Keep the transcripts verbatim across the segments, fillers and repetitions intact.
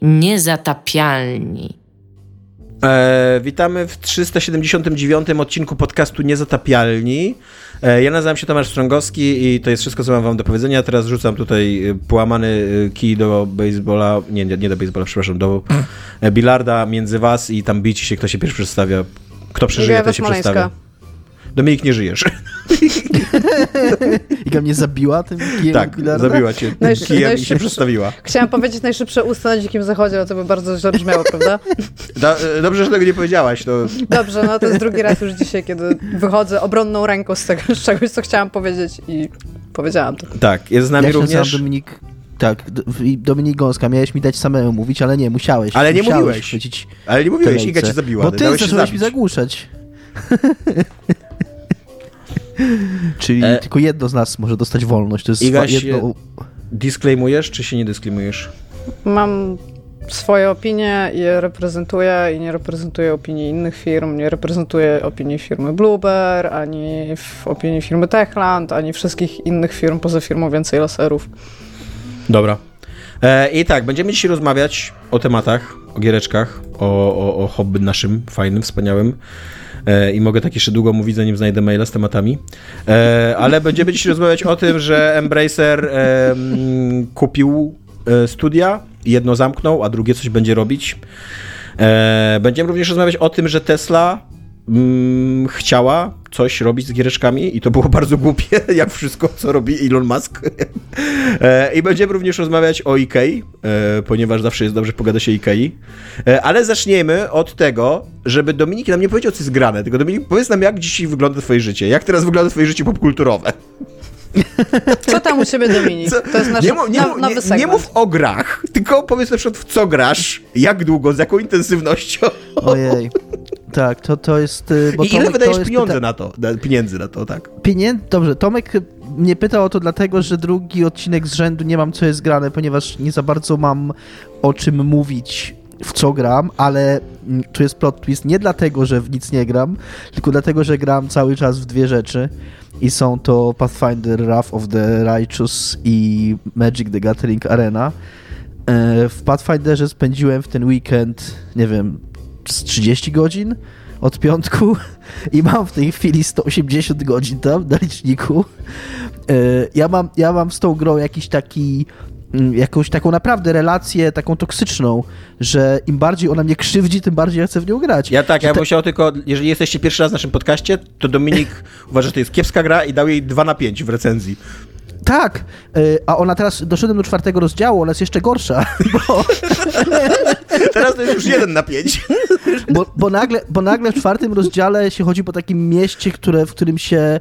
Niezatapialni. E, witamy w trzysta siedemdziesiątym dziewiątym odcinku podcastu Niezatapialni. E, ja nazywam się Tomasz Strągowski i to jest wszystko, co mam wam do powiedzenia. Teraz rzucam tutaj połamany kij do baseballa, nie, nie, nie do baseballa, przepraszam, do e, bilarda między was i tam bici się, kto się pierwszy przedstawia. Kto przeżyje, to się przedstawia. Dominik, nie żyjesz. Iga mnie zabiła tym kijem Tak, bilarda? zabiła cię tym Najszy- kijem i najszybszy- się przedstawiła. Chciałam powiedzieć najszybsze usta na dzikim zachodzie, ale to by bardzo źle brzmiało, prawda? Da, dobrze, że tego nie powiedziałaś. To... Dobrze, no to jest drugi raz już dzisiaj, kiedy wychodzę obronną ręką z, tego, z czegoś, co chciałam powiedzieć i powiedziałam to. Tak, jest z nami Ja się również... nazywam Dominik... Tak, D- Dominik Gąska. Miałeś mi dać samemu mówić, ale nie, musiałeś. Ale nie musiałeś mówiłeś. chwycić Ale nie mówiłeś, te Iga cię ręce. zabiła. Bo ty dałeś się zacząłeś mi zabić. zagłuszać. Czyli E... tylko jedno z nas może dostać wolność. To jest Iga jedno... się disclaimujesz, czy się nie disclaimujesz? Mam swoje opinie i je reprezentuję i nie reprezentuję opinii innych firm, nie reprezentuję opinii firmy Bluebear, ani w opinii firmy Techland, ani wszystkich innych firm poza firmą Więcej Laserów. Dobra. E, I tak, będziemy dzisiaj rozmawiać o tematach, o giereczkach, o, o, o hobby naszym, fajnym, wspaniałym. E, I mogę tak jeszcze długo mówić, zanim znajdę maila z tematami. E, ale będziemy dzisiaj rozmawiać o tym, że Embracer e, m, kupił e, studia, jedno zamknął, a drugie coś będzie robić. E, będziemy również rozmawiać o tym, że Tesla mm, chciała coś robić z giereczkami i to było bardzo głupie, jak wszystko, co robi Elon Musk. e, I będziemy również rozmawiać o Ikei, e, ponieważ zawsze jest dobrze pogadać o Ikei. E, ale zaczniemy od tego, żeby Dominik nam nie powiedział, co jest grane, tylko Dominik, powiedz nam, jak dzisiaj wygląda twoje życie, jak teraz wygląda twoje życie popkulturowe. Co tam u ciebie, Dominik? Co? To jest nasz nie, mów, nie, now, nowy nie, segment. nie mów o grach, tylko powiedz na przykład, w co grasz, jak długo, z jaką intensywnością. Ojej. Tak, to, to jest... Bo I ile Tomek, wydajesz to jest pieniądze pyta... na to, na, pieniędzy na to, tak? Pieniędzy? Dobrze, Tomek mnie pytał o to dlatego, że drugi odcinek z rzędu nie mam co jest grane, ponieważ nie za bardzo mam o czym mówić, w co gram, ale tu jest plot twist nie dlatego, że w nic nie gram, tylko dlatego, że gram cały czas w dwie rzeczy i są to Pathfinder Wrath of the Righteous i Magic the Gathering Arena. W Pathfinderze spędziłem w ten weekend, nie wiem, z trzydzieści godzin od piątku i mam w tej chwili sto osiemdziesiąt godzin tam na liczniku. Ja mam, ja mam z tą grą jakiś taki jakąś taką naprawdę relację taką toksyczną, że im bardziej ona mnie krzywdzi, tym bardziej ja chcę w nią grać. Ja tak, Że ja te... bym chciał tylko, jeżeli jesteście pierwszy raz w naszym podcaście, to Dominik uważa, że to jest kiepska gra i dał jej dwa na pięć w recenzji. Tak, a ona teraz, doszedłem do czwartego rozdziału, ona jest jeszcze gorsza, bo... Teraz to jest już jeden na pięć. Bo, bo, nagle, bo nagle w czwartym rozdziale się chodzi po takim mieście, które, w którym się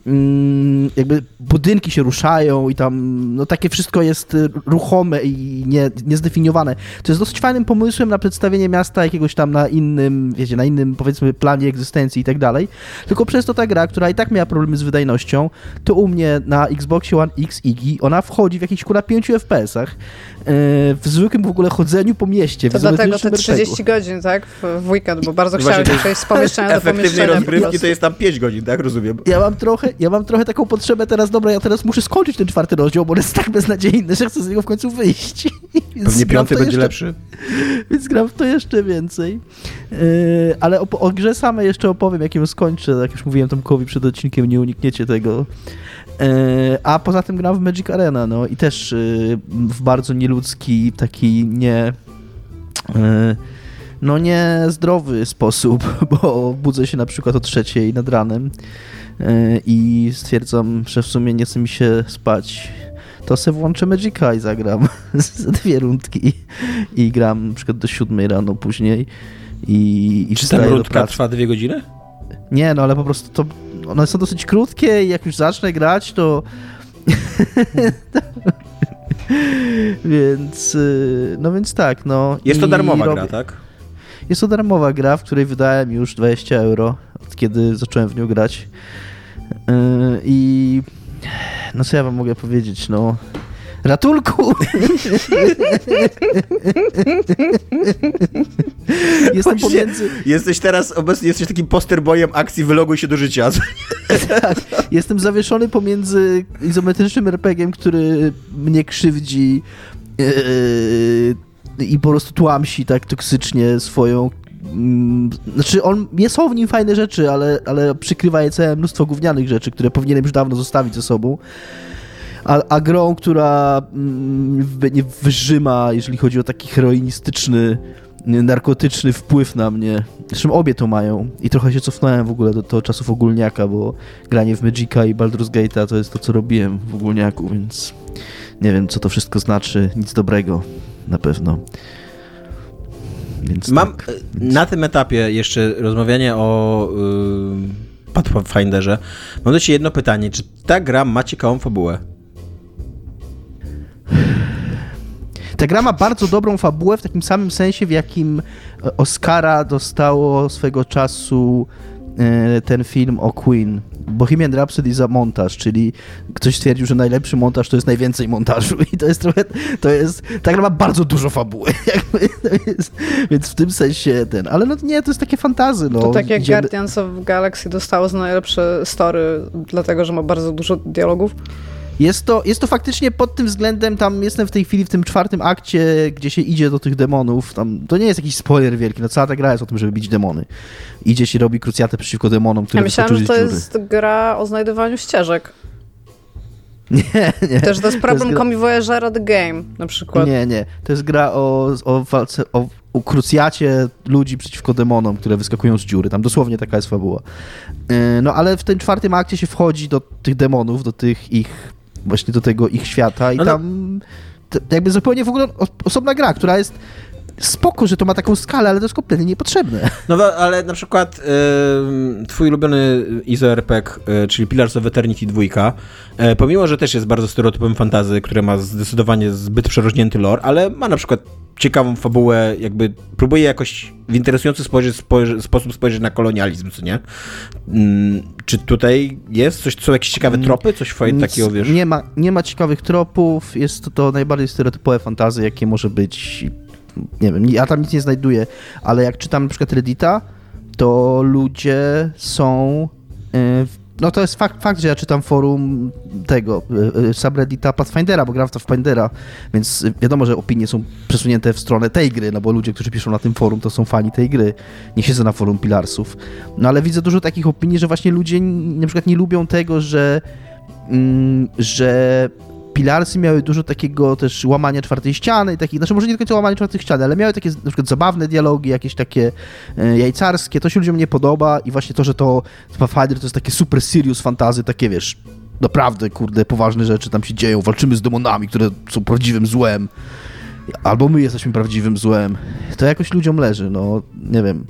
mm, jakby budynki się ruszają i tam no takie wszystko jest ruchome i nie, niezdefiniowane. To jest dosyć fajnym pomysłem na przedstawienie miasta jakiegoś tam na innym, wiecie, na innym powiedzmy planie egzystencji i tak dalej. Tylko przez to ta gra, która i tak miała problemy z wydajnością, to u mnie na Xboxie One X Igi ona wchodzi w jakichś kurwa pięciu F P S-ach w zwykłym w ogóle chodzeniu po mieście. To dlatego te trzydzieści godzin, tak? W, w weekend, bo bardzo Właśnie chciałem przejść z pomieszczenia do efektywnej pomieszczenia. rozgrywki to jest tam pięć godzin, tak? Rozumiem. Ja mam trochę, ja mam trochę taką potrzebę teraz, dobra, ja teraz muszę skończyć ten czwarty rozdział, bo on jest tak beznadziejny, że chcę z niego w końcu wyjść. Pewnie piąty będzie jeszcze, lepszy. Więc gram w to jeszcze więcej. Yy, ale o, o grze samej jeszcze opowiem, jak ją skończę. Jak już mówiłem Tomkowi przed odcinkiem, nie unikniecie tego. Yy, a poza tym gram w Magic Arena, no i też yy, w bardzo nieludzki, taki nie... Yy, no niezdrowy sposób, bo budzę się na przykład o trzeciej nad ranem yy, i stwierdzam, że w sumie nie chce mi się spać. To se włączę Magica i zagram za dwie rundki i gram na przykład do siódmej rano później i, i Czy ta rundka trwa dwie godziny? Nie, no ale po prostu to one są dosyć krótkie i jak już zacznę grać, to więc no więc tak, no. Jest to I darmowa robię... gra, tak? Jest to darmowa gra, w której wydałem już dwadzieścia euro, od kiedy zacząłem w nią grać. Yy, I no co ja wam mogę powiedzieć, no... Ratunku! Jestem pomiędzy... Jesteś teraz obecnie, jesteś takim posterboyem akcji wyloguj się do życia. Tak, jestem zawieszony pomiędzy izometrycznym er pe giem, który mnie krzywdzi, yy, i po prostu tłamsi tak toksycznie swoją... Mm, znaczy, on, są w nim fajne rzeczy, ale, ale przykrywa je całe mnóstwo gównianych rzeczy, które powinienem już dawno zostawić ze sobą. A, a grą, która mm, nie wyżyma, jeżeli chodzi o taki heroinistyczny, narkotyczny wpływ na mnie. Zresztą obie to mają. I trochę się cofnąłem w ogóle do, do czasów ogólniaka, bo granie w Magica i Baldur's Gate'a to jest to, co robiłem w ogólniaku, więc nie wiem, co to wszystko znaczy. Nic dobrego na pewno. Więc Mam tak. na tym etapie jeszcze rozmawianie o yy, Pathfinderze. Mam do ciebie jedno pytanie. Czy ta gra ma ciekawą fabułę? Ta gra ma bardzo dobrą fabułę w takim samym sensie, w jakim Oscara dostało swego czasu ten film o Queen. Bohemian Rhapsody za montaż, czyli ktoś stwierdził, że najlepszy montaż to jest najwięcej montażu i to jest trochę, to jest, ta gra ma bardzo dużo fabuły, jakby, to jest, więc w tym sensie ten, ale no nie, to jest takie fantazy, no. To tak jak Idziemy... Guardians of Galaxy dostało za najlepsze story, dlatego, że ma bardzo dużo dialogów. Jest to, jest to faktycznie pod tym względem, tam jestem w tej chwili w tym czwartym akcie, gdzie się idzie do tych demonów, tam, to nie jest jakiś spoiler wielki, no cała ta gra jest o tym, żeby bić demony. Idzie się, robi krucjatę przeciwko demonom, które Ja myślałam, że to dziury. jest gra o znajdowaniu ścieżek. Nie, nie. Też to jest problem gra... Comi Voyagera The Game, na przykład. Nie, nie. To jest gra o, o walce, o, o krucjacie ludzi przeciwko demonom, które wyskakują z dziury. Tam dosłownie taka jest fabuła. No ale w tym czwartym akcie się wchodzi do tych demonów, do tych ich właśnie do tego ich świata i ale... tam t- jakby zupełnie w ogóle osobna gra, która jest spoko, że to ma taką skalę, ale to jest kompletnie niepotrzebne. No ale na przykład y, twój ulubiony I S O R P G, y, czyli Pillars of Eternity dwa, y, pomimo, że też jest bardzo stereotypem fantasy, które ma zdecydowanie zbyt przerośnięty lore, ale ma na przykład ciekawą fabułę, jakby próbuje jakoś w interesujący spojrzeć, spojrzy, sposób spojrzeć na kolonializm, co nie? Mm, czy tutaj jest coś, są jakieś ciekawe tropy, coś fajnego takiego, wiesz? Nie ma, nie ma ciekawych tropów, jest to, to najbardziej stereotypowe fantasy, jakie może być. Nie wiem, ja tam nic nie znajduję, ale jak czytam na przykład Reddita, to ludzie są... Yy, no to jest fakt, fakt, że ja czytam forum tego, yy, subreddita Pathfindera, bo gram w Pathfindera, więc wiadomo, że opinie są przesunięte w stronę tej gry, no bo ludzie, którzy piszą na tym forum, to są fani tej gry. Nie siedzę na forum Pillarsów. No ale widzę dużo takich opinii, że właśnie ludzie na przykład nie lubią tego, że... Yy, że Pillarsy miały dużo takiego też łamania czwartej ściany i takich, znaczy może nie tylko łamania czwartej ściany, ale miały takie na przykład zabawne dialogi, jakieś takie e, jajcarskie, to się ludziom nie podoba i właśnie to, że to Pathfinder to jest takie super serious fantasy, takie wiesz, naprawdę, kurde, poważne rzeczy tam się dzieją, walczymy z demonami, które są prawdziwym złem, albo my jesteśmy prawdziwym złem, to jakoś ludziom leży, no, nie wiem.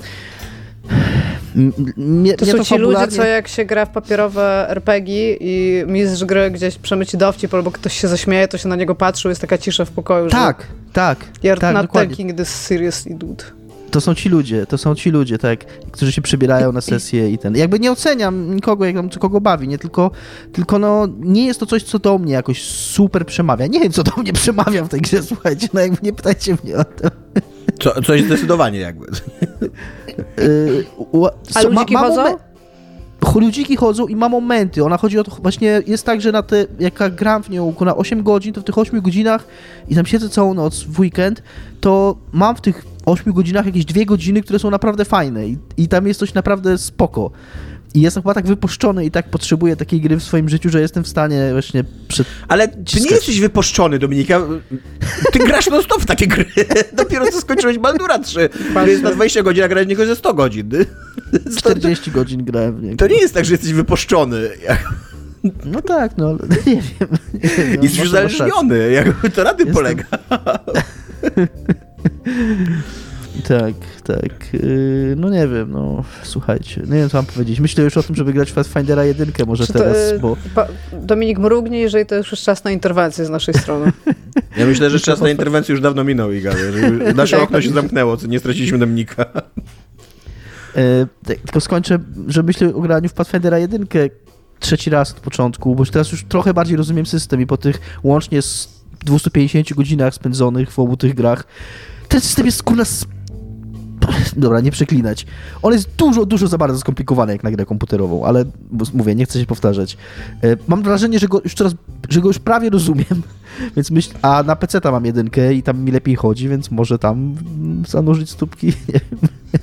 Mnie, to mnie są to ci fabularnie... ludzie, co jak się gra w papierowe er pe gie i mistrz gry gdzieś przemyci dowcip, albo ktoś się zaśmieje, to się na niego patrzy, jest taka cisza w pokoju, tak, że... Tak, You're tak, not dokładnie. taking this seriously, dude. To są ci ludzie, to są ci ludzie, tak, którzy się przebierają na sesję i ten. Jakby nie oceniam nikogo, jak tam, co kogo bawi, nie, tylko, tylko no, nie jest to coś, co do mnie jakoś super przemawia. Nie wiem, co do mnie przemawia w tej grze, słuchajcie, no jakby nie pytajcie mnie o to. Co, coś zdecydowanie jakby. Yy, A ludziki chodzą? Ludziki chodzą i ma momenty. Ona chodzi o to, właśnie jest tak, że na te, jak ja gram w nią na osiem godzin, to w tych ośmiu godzinach i tam siedzę całą noc w weekend, to mam w tych ośmiu godzinach jakieś dwie godziny, które są naprawdę fajne i, i tam jest coś naprawdę spoko. I jestem chyba tak wypuszczony i tak potrzebuję takiej gry w swoim życiu, że jestem w stanie właśnie przed... Ale ty nie jesteś wypuszczony, Dominika. Ty grasz non stop w takie gry. Dopiero co skończyłeś Baldura trzy, który jest na dwadzieścia godzin, a grałeś w niego ze sto godzin. czterdzieści godzin grałem w niego. To nie jest tak, że jesteś wypuszczony. No tak, no ale nie wiem. Nie wiem no, jesteś uzależniony. Jakby to na tym Jestem... polega. Tak, tak. Yy, no nie wiem, no słuchajcie, nie wiem co mam powiedzieć. Myślę już o tym, żeby grać w Pathfindera jedynkę może Czy to, teraz, y, bo... Pa, Dominik mrugnij, jeżeli to już jest czas na interwencję z naszej strony. Ja myślę, że czas na interwencję już dawno minął, Iga. Nasze okno się zamknęło, co nie straciliśmy Dominika. Yy, tylko skończę, że myślę o graniu w Pathfindera jedynkę trzeci raz od początku, bo teraz już trochę bardziej rozumiem system i po tych łącznie z dwieście pięćdziesięciu godzinach spędzonych w obu tych grach ten system jest kurna dobra, nie przeklinać. On jest dużo, dużo za bardzo skomplikowany jak na grę komputerową, ale mówię, nie chcę się powtarzać. Mam wrażenie, że go już teraz, że go już prawie rozumiem, więc myśl, a na peceta mam jedynkę i tam mi lepiej chodzi, więc może tam zanurzyć stópki, nie wiem.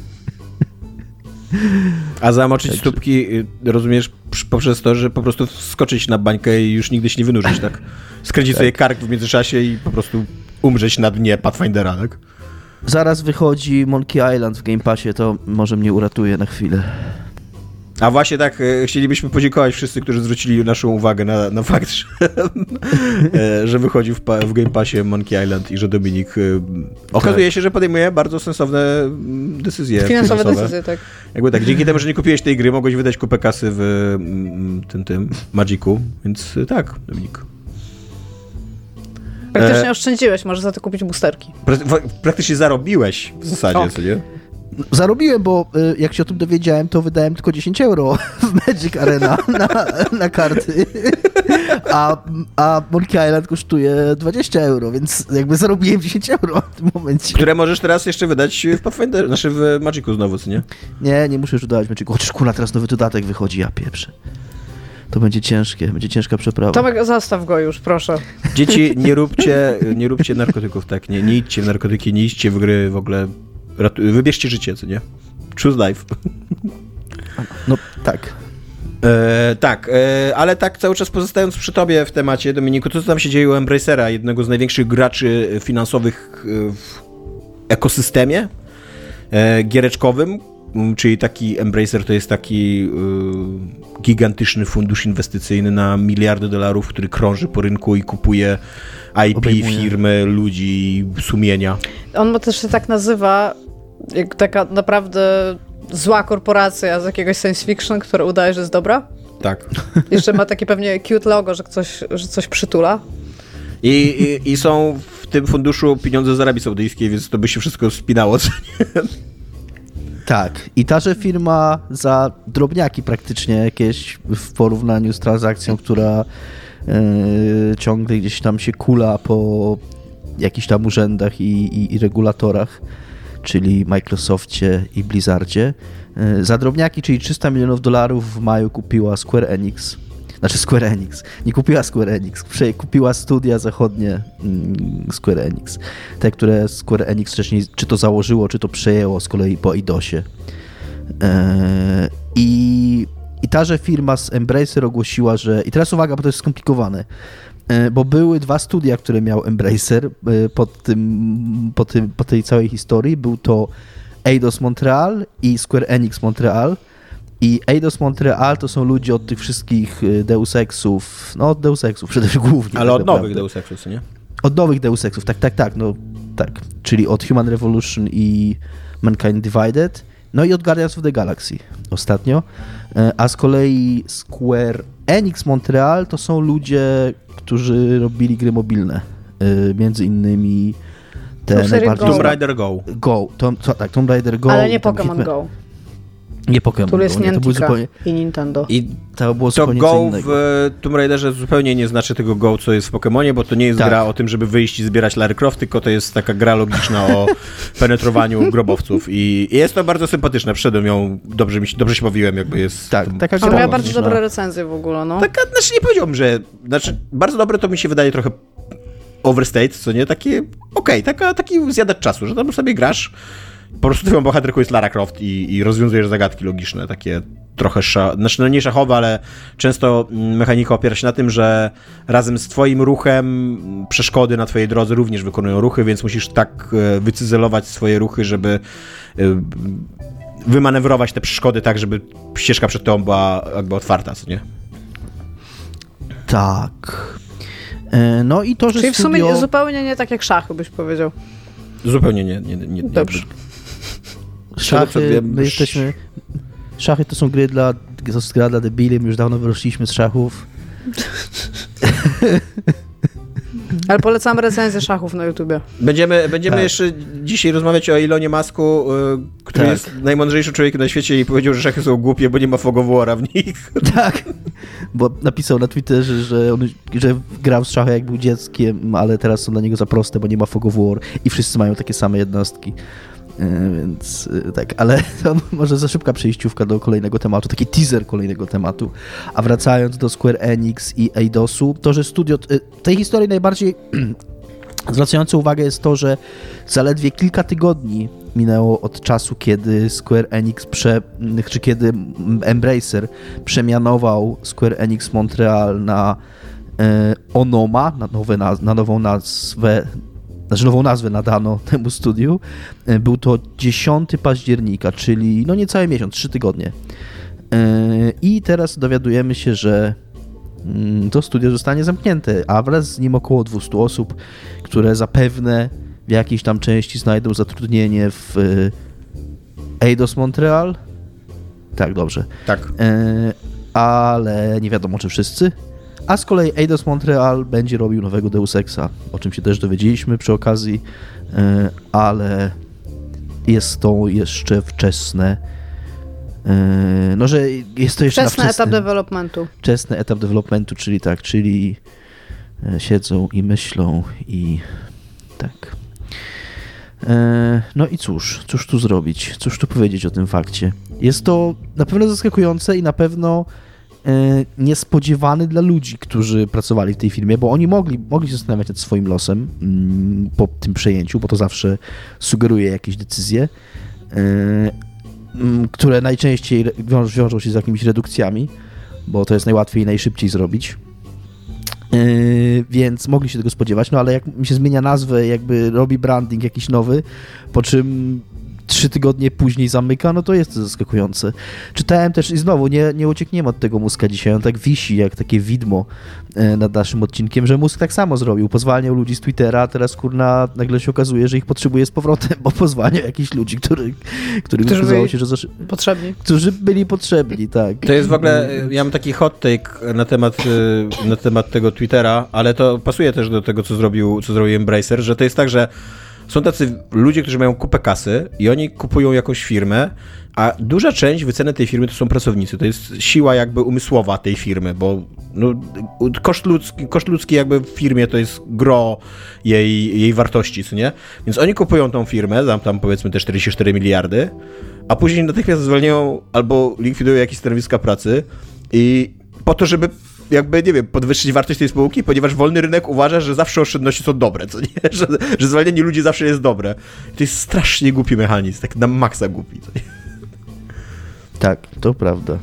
A zamoczyć Także... stópki rozumiesz poprzez to, że po prostu skoczyć na bańkę i już nigdy się nie wynurzyć, tak? Skręcić tak. sobie kark w międzyczasie i po prostu umrzeć na dnie Pathfindera, tak? Zaraz wychodzi Monkey Island w Game Passie, to może mnie uratuje na chwilę. A właśnie tak, e, chcielibyśmy podziękować wszyscy, którzy zwrócili naszą uwagę na, na fakt, że, e, że wychodzi w, w Game Passie Monkey Island i że Dominik e, okazuje tak. się, że podejmuje bardzo sensowne decyzje finansowe. finansowe. decyzje, tak. Jakby tak, dzięki temu, że nie kupiłeś tej gry, mogłeś wydać kupę kasy w m, tym, tym Magicu, więc e, tak, Dominik. Praktycznie e... oszczędziłeś, możesz za to kupić boosterki. Pra- praktycznie zarobiłeś w zasadzie, o. co nie? Zarobiłem, bo jak się o tym dowiedziałem, to wydałem tylko dziesięć euro w Magic Arena na, na karty, a, a Monkey Island kosztuje dwadzieścia euro, więc jakby zarobiłem dziesięć euro w tym momencie. Które możesz teraz jeszcze wydać w Pathfinder, znaczy w Magicu znowu, co nie? Nie, nie muszę już dodawać Magicu, chociaż kurwa, teraz nowy dodatek wychodzi, ja pieprzę. To będzie ciężkie, będzie ciężka przeprawa. Tomek, zostaw go już, proszę. Dzieci, nie róbcie, nie róbcie narkotyków, tak, nie, nie idźcie w narkotyki, nie idźcie w gry w ogóle. Ratu- wybierzcie życie, co nie? Choose life. No tak. E, tak, e, ale tak cały czas pozostając przy tobie w temacie, Dominiku, to co tam się dzieje u Embracera, jednego z największych graczy finansowych w ekosystemie e, giereczkowym, czyli taki Embracer to jest taki e, gigantyczny fundusz inwestycyjny na miliardy dolarów, który krąży po rynku i kupuje I P, obejmuje firmy, ludzi, sumienia. On ma też się tak nazywa, jak taka naprawdę zła korporacja z jakiegoś science fiction, która udaje, że jest dobra. Tak. Jeszcze ma takie pewnie cute logo, że coś, że coś przytula. I, i, I są w tym funduszu pieniądze z Arabii Saudyjskiej, więc to by się wszystko spinało. Tak. I taże firma za drobniaki praktycznie jakieś w porównaniu z transakcją, która Yy, ciągle gdzieś tam się kula po jakichś tam urzędach i, i, i regulatorach, czyli Microsoftie i Blizzardzie. Yy, za drobniaki, czyli trzysta milionów dolarów w maju kupiła Square Enix. Znaczy Square Enix. Nie kupiła Square Enix. Kupiła studia zachodnie mm, Square Enix. Te, które Square Enix wcześniej czy to założyło, czy to przejęło z kolei po IDOSie. Yy, I I taże firma z Embracer ogłosiła, że... I teraz uwaga, bo to jest skomplikowane. Bo były dwa studia, które miał Embracer po, tym, po, tym, po tej całej historii. Był to Eidos Montreal i Square Enix Montreal. I Eidos Montreal to są ludzie od tych wszystkich Deus Exów, no od Deus Exów przede wszystkim głównie. Ale tak od naprawdę. nowych Deus Exów, nie? Od nowych Deus Exów, tak, tak, tak, no tak. Czyli od Human Revolution i Mankind Divided. No i od Guardians of the Galaxy ostatnio. A z kolei Square Enix Montreal to są ludzie, którzy robili gry mobilne. Między innymi te no, najbardziej... Tomb Raider Go. Go, Tom, co, tak, Tomb Raider Go. Ale nie Pokémon Hitman... Go. Nie Pokémon Który jest Go, nie, to było zupełnie... i Nintendo. I to było to zupełnie Go w Tomb Raiderze zupełnie nie znaczy tego Go, co jest w Pokémonie, bo to nie jest tak. gra o tym, żeby wyjść i zbierać Lara Croft, tylko to jest taka gra logiczna o penetrowaniu grobowców. I jest to bardzo sympatyczne. Wszedłem ją, dobrze, mi się, dobrze się bawiłem, jakby jest... Tak, tam, taka gra. Miała bardzo dobre recenzje w ogóle, no. Taka, znaczy nie powiedziałbym, że... Znaczy, bardzo dobre to mi się wydaje trochę overstate, co nie? Takie, okej, okay, taka, taki zjadacz czasu, że tam sobie grasz. Po prostu twoją bohaterką jest Lara Croft i, i rozwiązujesz zagadki logiczne, takie trochę, sza, znaczy no nie szachowe, ale często mechanika opiera się na tym, że razem z twoim ruchem przeszkody na twojej drodze również wykonują ruchy, więc musisz tak wycyzelować swoje ruchy, żeby wymanewrować te przeszkody tak, żeby ścieżka przed tobą była jakby otwarta, co nie? Tak. No i to, że Czyli w studio... sumie zupełnie nie tak jak szachy, byś powiedział. Zupełnie nie. nie, nie, nie Dobrze. Szachy, my jesteśmy... Szachy to są gry dla... To jest gra dla debili, my już dawno wyrośliśmy z szachów. Ale polecam recenzję szachów na YouTubie. Będziemy, będziemy tak. jeszcze dzisiaj rozmawiać o Elonie Musku, yy, który tak. jest najmądrzejszym człowiekiem na świecie i powiedział, że szachy są głupie, bo nie ma Fog of War'a w nich. Tak, bo napisał na Twitterze, że, on, że grał z szachy jak był dzieckiem, ale teraz są dla niego za proste, bo nie ma Fog of War i wszyscy mają takie same jednostki. Więc tak, ale to może za szybka przejściówka do kolejnego tematu, taki teaser kolejnego tematu. A wracając do Square Enix i Eidosu, to, że studio... Tej historii najbardziej zwracające uwagę jest to, że zaledwie kilka tygodni minęło od czasu, kiedy Square Enix, prze, czy kiedy Embracer przemianował Square Enix Montreal na e, Onoma, na, nowe, na, na nową nazwę, znaczy nową nazwę nadano temu studiu. E, był to dziesiątego października, czyli no niecały miesiąc, trzy tygodnie. E, I teraz dowiadujemy się, że to studio zostanie zamknięte, a wraz z nim około dwieście osób, które zapewne w jakiejś tam części znajdą zatrudnienie w Eidos Montreal. Tak, dobrze. Tak. E, ale nie wiadomo, czy wszyscy. A z kolei Eidos Montreal będzie robił nowego Deus Exa, o czym się też dowiedzieliśmy przy okazji, e, ale jest to jeszcze wczesne. No, że jest to jeszcze wczesny na etap developmentu. Wczesny etap developmentu, czyli tak, czyli siedzą i myślą i tak. No i cóż, cóż tu zrobić? Cóż tu powiedzieć o tym fakcie? Jest to na pewno zaskakujące i na pewno niespodziewany dla ludzi, którzy pracowali w tej firmie, bo oni mogli, mogli się zastanawiać nad swoim losem po tym przejęciu, bo to zawsze sugeruje jakieś decyzje, które najczęściej wiąż, wiążą się z jakimiś redukcjami, bo to jest najłatwiej i najszybciej zrobić. Yy, więc mogli się tego spodziewać, no ale jak mi się zmienia nazwę, jakby robi branding jakiś nowy, po czym trzy tygodnie później zamyka, no to jest to zaskakujące. Czytałem też i znowu, nie, nie uciekniemy od tego Muska dzisiaj, on tak wisi jak takie widmo e, nad naszym odcinkiem, że Musk tak samo zrobił, pozwalniał ludzi z Twittera, a teraz kurna nagle się okazuje, że ich potrzebuje z powrotem, bo pozwalniał jakichś ludzi, który, których którzy okazało byli się, że zasz... potrzebni. Którzy byli potrzebni, tak. To jest w ogóle, ja mam taki hot take na temat, na temat tego Twittera, ale to pasuje też do tego, co zrobił, co zrobił Embracer, że to jest tak, że są tacy ludzie, którzy mają kupę kasy i oni kupują jakąś firmę, a duża część wyceny tej firmy to są pracownicy. To jest siła jakby umysłowa tej firmy, bo no, koszt, ludzki, koszt ludzki jakby w firmie to jest gro jej, jej wartości, co nie? Więc oni kupują tą firmę, tam, tam powiedzmy te czterdzieści cztery miliardy, a później natychmiast zwalniają albo likwidują jakieś stanowiska pracy i po to, żeby jakby, nie wiem, podwyższyć wartość tej spółki, ponieważ wolny rynek uważa, że zawsze oszczędności są dobre, co nie? Że, że zwalnianie ludzi zawsze jest dobre. To jest strasznie głupi mechanizm, tak na maksa głupi, co nie? Tak, to prawda.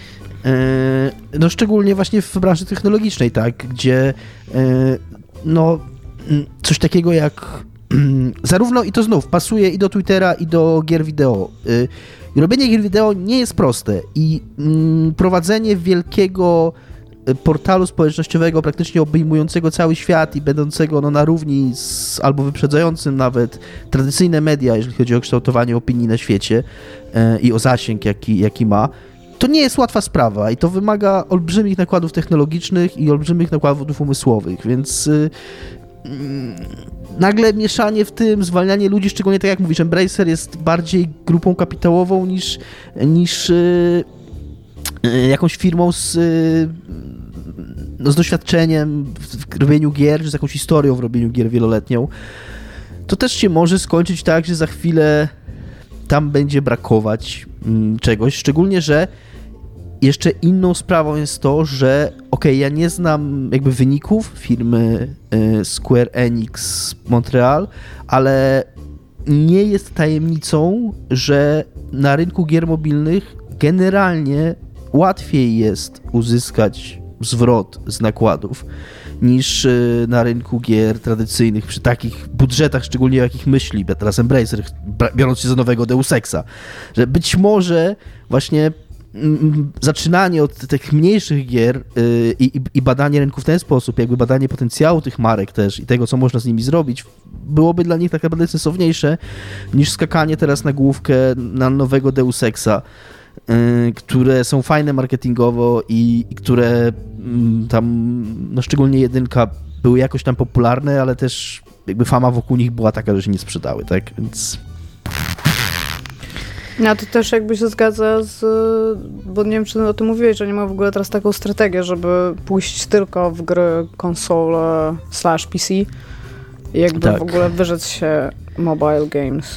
No szczególnie właśnie w branży technologicznej, tak, gdzie no coś takiego jak zarówno, i to znów pasuje i do Twittera, i do gier wideo. Robienie gier wideo nie jest proste i prowadzenie wielkiego portalu społecznościowego praktycznie obejmującego cały świat i będącego no, na równi z, albo wyprzedzającym nawet tradycyjne media, jeżeli chodzi o kształtowanie opinii na świecie e, i o zasięg, jaki, jaki ma, to nie jest łatwa sprawa i to wymaga olbrzymich nakładów technologicznych i olbrzymich nakładów umysłowych, więc y, y, nagle mieszanie w tym, zwalnianie ludzi, szczególnie tak jak mówisz, Embracer jest bardziej grupą kapitałową niż, niż y, y, jakąś firmą z y, no, z doświadczeniem w robieniu gier, czy z jakąś historią w robieniu gier wieloletnią, to też się może skończyć tak, że za chwilę tam będzie brakować mm, czegoś, szczególnie, że jeszcze inną sprawą jest to, że okej, okay, ja nie znam jakby wyników firmy y, Square Enix Montreal, ale nie jest tajemnicą, że na rynku gier mobilnych generalnie łatwiej jest uzyskać zwrot z nakładów niż na rynku gier tradycyjnych przy takich budżetach, szczególnie jakich myśli teraz Embracer, biorąc się za nowego Deus Exa, że być może właśnie mm, zaczynanie od tych mniejszych gier yy, i, i badanie rynku w ten sposób, jakby badanie potencjału tych marek też i tego, co można z nimi zrobić, byłoby dla nich tak naprawdę sensowniejsze niż skakanie teraz na główkę na nowego Deus Exa, które są fajne marketingowo i, i które tam, no szczególnie jedynka, były jakoś tam popularne, ale też jakby fama wokół nich była taka, że się nie sprzedały, tak? Więc... No to też jakby się zgadza z, bo nie wiem, czy o tym mówiłeś, że nie ma w ogóle teraz taką strategię, żeby pójść tylko w gry konsole slash P C i jakby tak. w ogóle wyrzec się mobile games.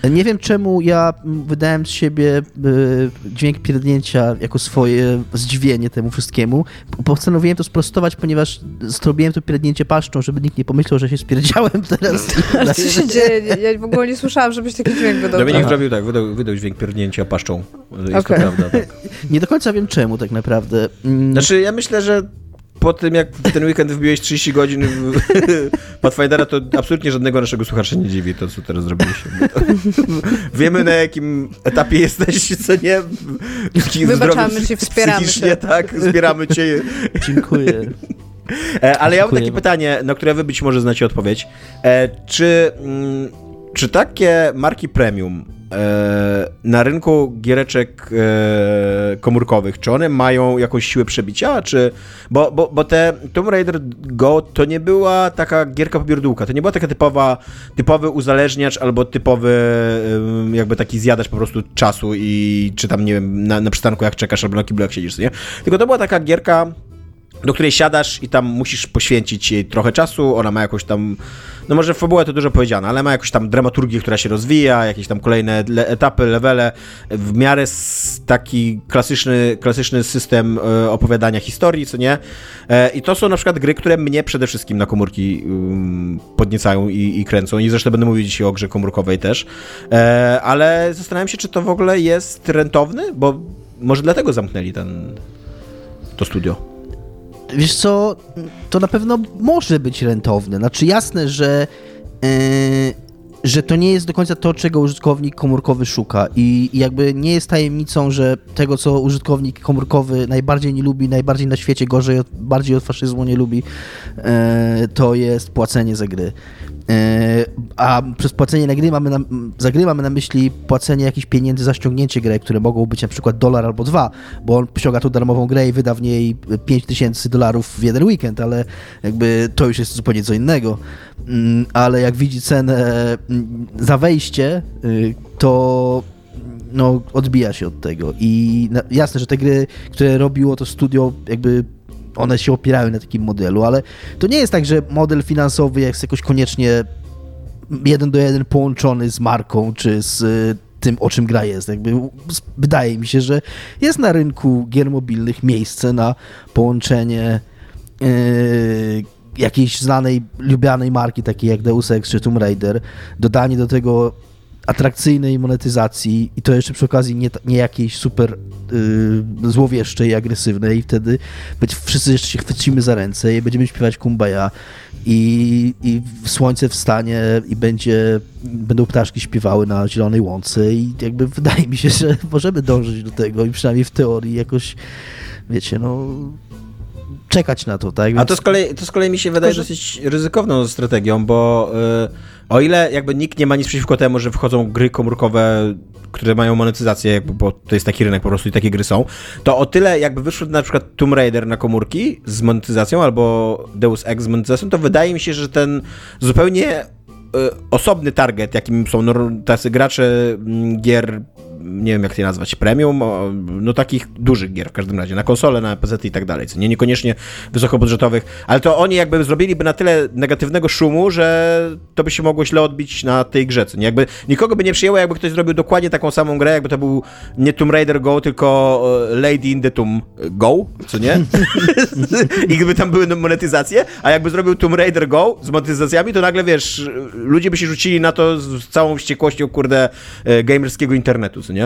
Nie wiem, czemu ja wydałem z siebie y, dźwięk pierdnięcia jako swoje zdziwienie temu wszystkiemu. Postanowiłem to sprostować, ponieważ zrobiłem to pierdnięcie paszczą, żeby nikt nie pomyślał, że się spierdziałem teraz. A co się dzieje? Ja w ogóle nie słyszałam, żebyś taki dźwięk wydał. Dominik zrobił tak, wydał, wydał dźwięk pierdnięcia paszczą. Jest Okay. to prawda, tak. Nie do końca wiem czemu tak naprawdę. Mm. Znaczy, ja myślę, że po tym, jak w ten weekend wbiłeś trzydzieści godzin w Pathfindera, to absolutnie żadnego naszego słuchacza nie dziwi to, co teraz zrobiliście. Wiemy, na jakim etapie jesteś, co nie? Wybaczamy ci, wspieramy cię. Tak, wspieramy cię. Dziękuję. Ale ja mam takie Dziękuję. pytanie, na które wy być może znacie odpowiedź. Czy, czy takie marki premium na rynku giereczek komórkowych, czy one mają jakąś siłę przebicia? Czy, bo, bo, bo te Tomb Raider Go to nie była taka gierka popierdółka, to nie była taka typowa, typowy uzależniacz albo typowy jakby taki zjadacz po prostu czasu i czy tam, nie wiem, na, na przystanku jak czekasz albo na kiblu jak siedzisz, nie? Tylko to była taka gierka, do której siadasz i tam musisz poświęcić jej trochę czasu, ona ma jakąś tam, no może fabułę to dużo powiedziane, ale ma jakąś tam dramaturgię, która się rozwija, jakieś tam kolejne le- etapy, levele, w miarę s- taki klasyczny, klasyczny system e, opowiadania historii, co nie? E, I to są na przykład gry, które mnie przede wszystkim na komórki um, podniecają i, i kręcą i zresztą będę mówić dzisiaj o grze komórkowej też, e, ale zastanawiam się, czy to w ogóle jest rentowny, bo może dlatego zamknęli ten, to studio. Wiesz co, to na pewno może być rentowne. Znaczy jasne, że, yy, że to nie jest do końca to, czego użytkownik komórkowy szuka i, i jakby nie jest tajemnicą, że tego, co użytkownik komórkowy najbardziej nie lubi, najbardziej na świecie, gorzej, od, bardziej od faszyzmu nie lubi, yy, to jest płacenie za gry. A przez płacenie na gry mamy na, za gry mamy na myśli płacenie jakichś pieniędzy za ściągnięcie gry, które mogą być na przykład dolar albo dwa, bo on ściąga tą darmową grę i wyda w niej pięć tysięcy dolarów w jeden weekend, ale jakby to już jest zupełnie co innego. Ale jak widzi cenę za wejście, to no, odbija się od tego i jasne, że te gry, które robiło to studio, jakby one się opierają na takim modelu, ale to nie jest tak, że model finansowy jest jakoś koniecznie jeden do jeden połączony z marką, czy z tym, o czym gra jest. Jakby wydaje mi się, że jest na rynku gier mobilnych miejsce na połączenie yy, jakiejś znanej, lubianej marki, takiej jak Deus Ex czy Tomb Raider, dodanie do tego atrakcyjnej monetyzacji i to jeszcze przy okazji nie, nie jakiejś super yy, złowieszczej i agresywnej i wtedy wszyscy jeszcze się chwycimy za ręce i będziemy śpiewać Kumbaya i, i słońce wstanie i będzie, będą ptaszki śpiewały na zielonej łące i jakby wydaje mi się, że możemy dążyć do tego i przynajmniej w teorii jakoś, wiecie, no czekać na to, tak? Więc... A to z, kolei, to z kolei mi się wydaje dosyć ryzykowną strategią, bo yy, o ile jakby nikt nie ma nic przeciwko temu, że wchodzą gry komórkowe, które mają monetyzację, jakby, bo to jest taki rynek po prostu i takie gry są, to o tyle jakby wyszło na przykład Tomb Raider na komórki z monetyzacją albo Deus Ex z monetyzacją, to wydaje mi się, że ten zupełnie y, osobny target, jakim są tacy gracze gier, nie wiem jak je nazwać, premium, no takich dużych gier w każdym razie, na konsole, na P C i tak dalej, co nie, niekoniecznie wysokobudżetowych, ale to oni jakby zrobiliby na tyle negatywnego szumu, że to by się mogło źle odbić na tej grze, co nie, jakby nikogo by nie przyjęło, jakby ktoś zrobił dokładnie taką samą grę, jakby to był nie Tomb Raider Go, tylko Lady in the Tomb Go, co nie? I gdyby tam były monetyzacje, a jakby zrobił Tomb Raider Go z monetyzacjami, to nagle, wiesz, ludzie by się rzucili na to z całą wściekłością, kurde, gamerskiego internetu, co nie?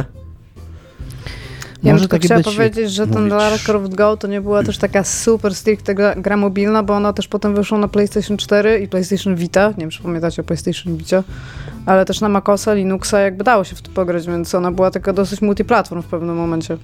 Ja bym tylko takie chciała być, powiedzieć, że ten Lara Croft Go to nie była też taka super stricte gra, gra mobilna, bo ona też potem wyszła na PlayStation cztery i PlayStation Vita, nie wiem, czy pamiętacie o PlayStation Vicie, ale też na Macosa, Linuxa, jakby dało się w to pograć, więc ona była taka dosyć multiplatform w pewnym momencie.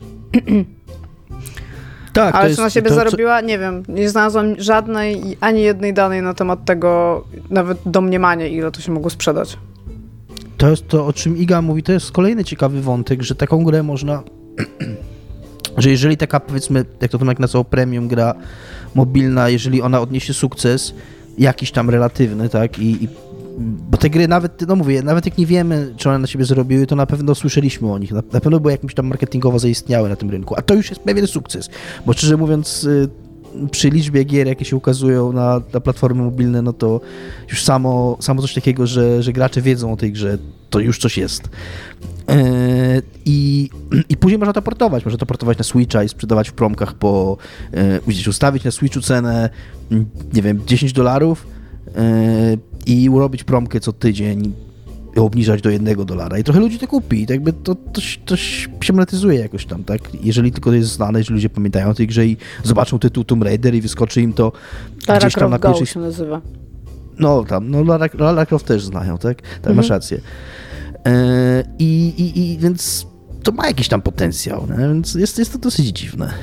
Tak, ale to czy na jest, siebie to, zarobiła? Nie wiem. Nie znalazłam żadnej, ani jednej danej na temat tego, nawet domniemania, ile to się mogło sprzedać. To jest to, o czym Iga mówi, to jest kolejny ciekawy wątek, że taką grę można, że jeżeli taka, powiedzmy, jak to Tomek nazwał, premium gra mobilna, jeżeli ona odniesie sukces, jakiś tam relatywny, tak, i, i bo te gry nawet, no mówię, nawet jak nie wiemy, czy one na siebie zrobiły, to na pewno słyszeliśmy o nich, na, na pewno były jakimś tam marketingowo zaistniały na tym rynku, a to już jest pewien sukces, bo szczerze mówiąc, przy liczbie gier, jakie się ukazują na, na platformy mobilne, no to już samo, samo coś takiego, że, że gracze wiedzą o tej grze, to już coś jest. Yy, i, I później można to portować. Można to portować na Switcha i sprzedawać w promkach po, yy, gdzieś ustawić na Switchu cenę, nie wiem, dziesięć dolarów yy, i urobić promkę co tydzień, obniżać do jednego dolara. I trochę ludzi to kupi. I tak jakby to, to, to się monetyzuje jakoś tam, tak? Jeżeli tylko to jest znane, jeżeli ludzie pamiętają o tej grze i zobaczą tytuł Tomb Raider i wyskoczy im to Lara gdzieś tam na Croft Go pierwszej... się nazywa. No tam, no Lara, Lara Croft też znają, tak? Tak, Mhm. masz rację. E, i, i, I więc to ma jakiś tam potencjał, nie? Więc jest, jest to dosyć dziwne.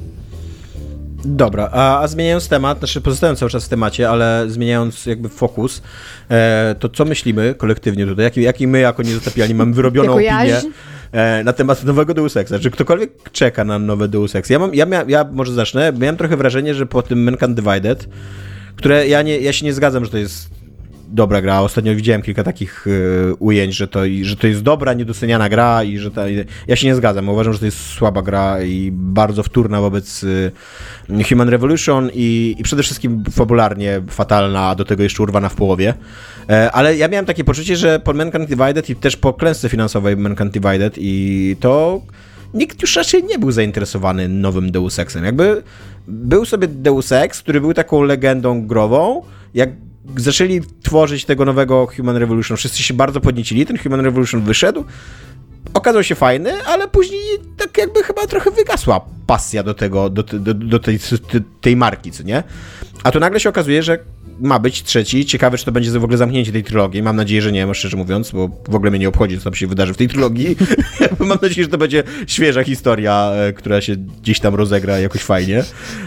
Dobra, a, a zmieniając temat, znaczy pozostając cały czas w temacie, ale zmieniając jakby fokus, e, to co myślimy kolektywnie tutaj, jaki, jaki my jako niezatapialni mamy wyrobioną Jako opinię jaźń? e, na temat nowego Deus Exa? Czy ktokolwiek czeka na nowe Deus Ex? Ja, mam, ja, mia, ja może zacznę, miałem trochę wrażenie, że po tym Mankind Divided, które ja, nie, ja się nie zgadzam, że to jest dobra gra. Ostatnio widziałem kilka takich y, ujęć, że to, że to jest dobra, niedoceniana gra i że ta, ja się nie zgadzam. Uważam, że to jest słaba gra i bardzo wtórna wobec y, Human Revolution i, i przede wszystkim fabularnie fatalna, a do tego jeszcze urwana w połowie. E, ale ja miałem takie poczucie, że po Mankind Divided i też po klęsce finansowej Mankind Divided i to nikt już raczej nie był zainteresowany nowym Deus Exem. Jakby był sobie Deus Ex, który był taką legendą grową, jak zaczęli tworzyć tego nowego Human Revolution, wszyscy się bardzo podniecili, ten Human Revolution wyszedł, okazał się fajny, ale później tak jakby chyba trochę wygasła pasja do tego, do, do, do tej, tej marki, co nie? A tu nagle się okazuje, że ma być trzeci. Ciekawe, czy to będzie w ogóle zamknięcie tej trylogii. Mam nadzieję, że nie, szczerze mówiąc, bo w ogóle mnie nie obchodzi, co tam się wydarzy w tej trylogii. Mam nadzieję, że to będzie świeża historia, która się gdzieś tam rozegra jakoś fajnie.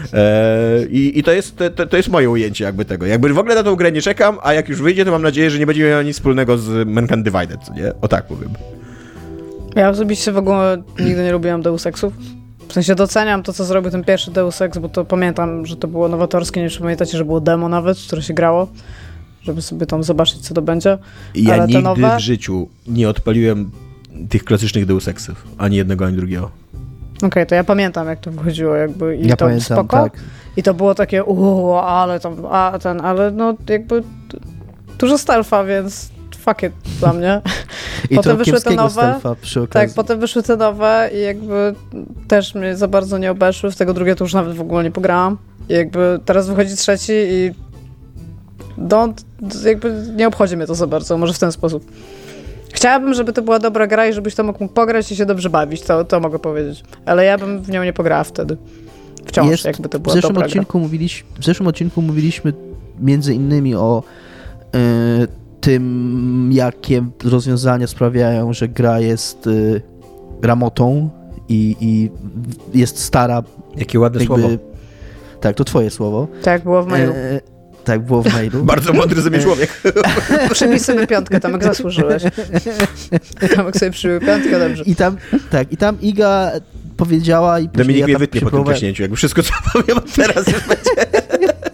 I, i to, jest, to, to jest moje ujęcie jakby tego. Jakby w ogóle na tą grę nie czekam, a jak już wyjdzie, to mam nadzieję, że nie będzie miała nic wspólnego z Mankind Divided, co nie? O tak powiem. Ja osobiście w ogóle nigdy nie lubiłam Deus Exów. W sensie doceniam to, co zrobił ten pierwszy Deus Ex, bo to pamiętam, że to było nowatorskie, nie wiem, czy pamiętacie, że było demo nawet, w które się grało, żeby sobie tam zobaczyć, co to będzie. Ja Ale te nigdy nowe... w życiu nie odpaliłem tych klasycznych Deus Exów. Ani jednego, ani drugiego. Okej, okay, to ja pamiętam, jak to wychodziło jakby i ja to pamiętam, spoko. tak. I to było takie, uuu, ale tam, a ten, ale no jakby dużo stealtha, więc fuck it dla mnie. I potem to wyszły te nowe. Przy okazji. Tak, potem wyszły te nowe i jakby też mnie za bardzo nie obeszły. W tego drugie to już nawet w ogóle nie pograłam. I jakby teraz wychodzi trzeci i don't, jakby nie obchodzi mnie to za bardzo, może w ten sposób. Chciałabym, żeby to była dobra gra i żebyś to mógł pograć i się dobrze bawić, to, to mogę powiedzieć. Ale ja bym w nią nie pograła wtedy. Wciąż, Jest, jakby to była w zeszłym dobra odcinku gra. Mówiliś, w zeszłym odcinku mówiliśmy między innymi o y, tym, jakie rozwiązania sprawiają, że gra jest y, ramotą i, i jest stara. Jakie ładne jakby, słowo. Tak, to twoje słowo. Tak, było w mailu. E, tak, było w mailu. Bardzo mądry sobie człowiek. Przybij sobie piątkę, Tomek, zasłużyłeś. Tomek sobie przybił piątkę, dobrze. I tam, tak, i tam Iga powiedziała i później Dominik ja mnie tam wytnie po tym klaśnięciu, jakby wszystko, co powiem teraz już będzie.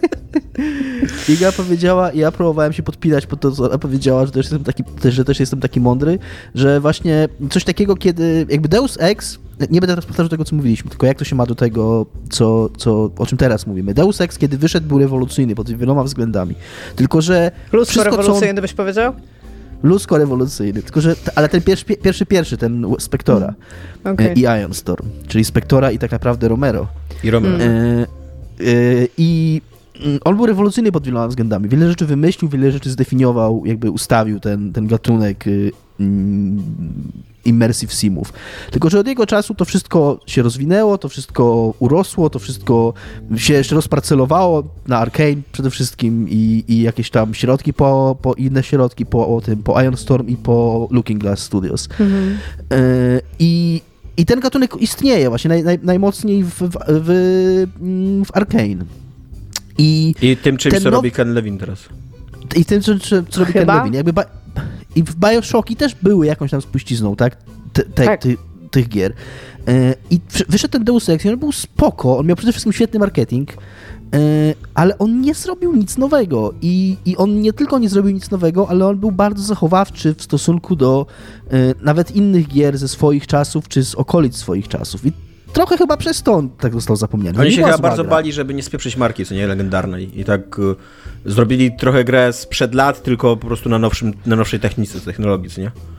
Iga powiedziała, i ja próbowałem się podpinać pod to, co ona powiedziała, że też jestem taki, że też jestem taki mądry, że właśnie coś takiego, kiedy jakby Deus Ex, nie będę teraz powtarzał tego, co mówiliśmy, tylko jak to się ma do tego, co, co, o czym teraz mówimy. Deus Ex, kiedy wyszedł, był rewolucyjny pod wieloma względami. Tylko, że Ludzko rewolucyjny, on, byś powiedział? ludzko rewolucyjny, tylko, że, ale ten pierwszy, pierwszy, pierwszy ten Spectora Mm. Okay. i Ion Storm, czyli Spectora i tak naprawdę Romero. I Romero. Mm. E, e, I on był rewolucyjny pod wieloma względami. Wiele rzeczy wymyślił, wiele rzeczy zdefiniował, jakby ustawił ten, ten gatunek y, mm, immersive simów. Tylko, że od jego czasu to wszystko się rozwinęło, to wszystko urosło, to wszystko się jeszcze rozparcelowało na Arcane przede wszystkim i, i jakieś tam środki po, po inne środki po o tym, po Ion Storm i po Looking Glass Studios. Mhm. Y, I I ten gatunek istnieje właśnie naj, naj, najmocniej w, w, w, w Arcane. I, I tym czymś, co now... robi Ken Levine teraz. I tym, co, co, co robi Ken Levine. Jakby ba... I w Bioshocki też były jakąś tam spuścizną, tak? Te, te, tak. Ty, tych gier. I wyszedł ten Deus Ex i on był spoko, on miał przede wszystkim świetny marketing, ale on nie zrobił nic nowego. I, I on nie tylko nie zrobił nic nowego, ale on był bardzo zachowawczy w stosunku do nawet innych gier ze swoich czasów, czy z okolic swoich czasów. I trochę chyba przez to on tak został zapomniany. Oni się chyba gra. bardzo bali, żeby nie spieprzyć marki, co nie, legendarnej. I tak y, zrobili trochę grę sprzed lat, tylko po prostu na, nowszym, na nowszej technice, technologii, co nie?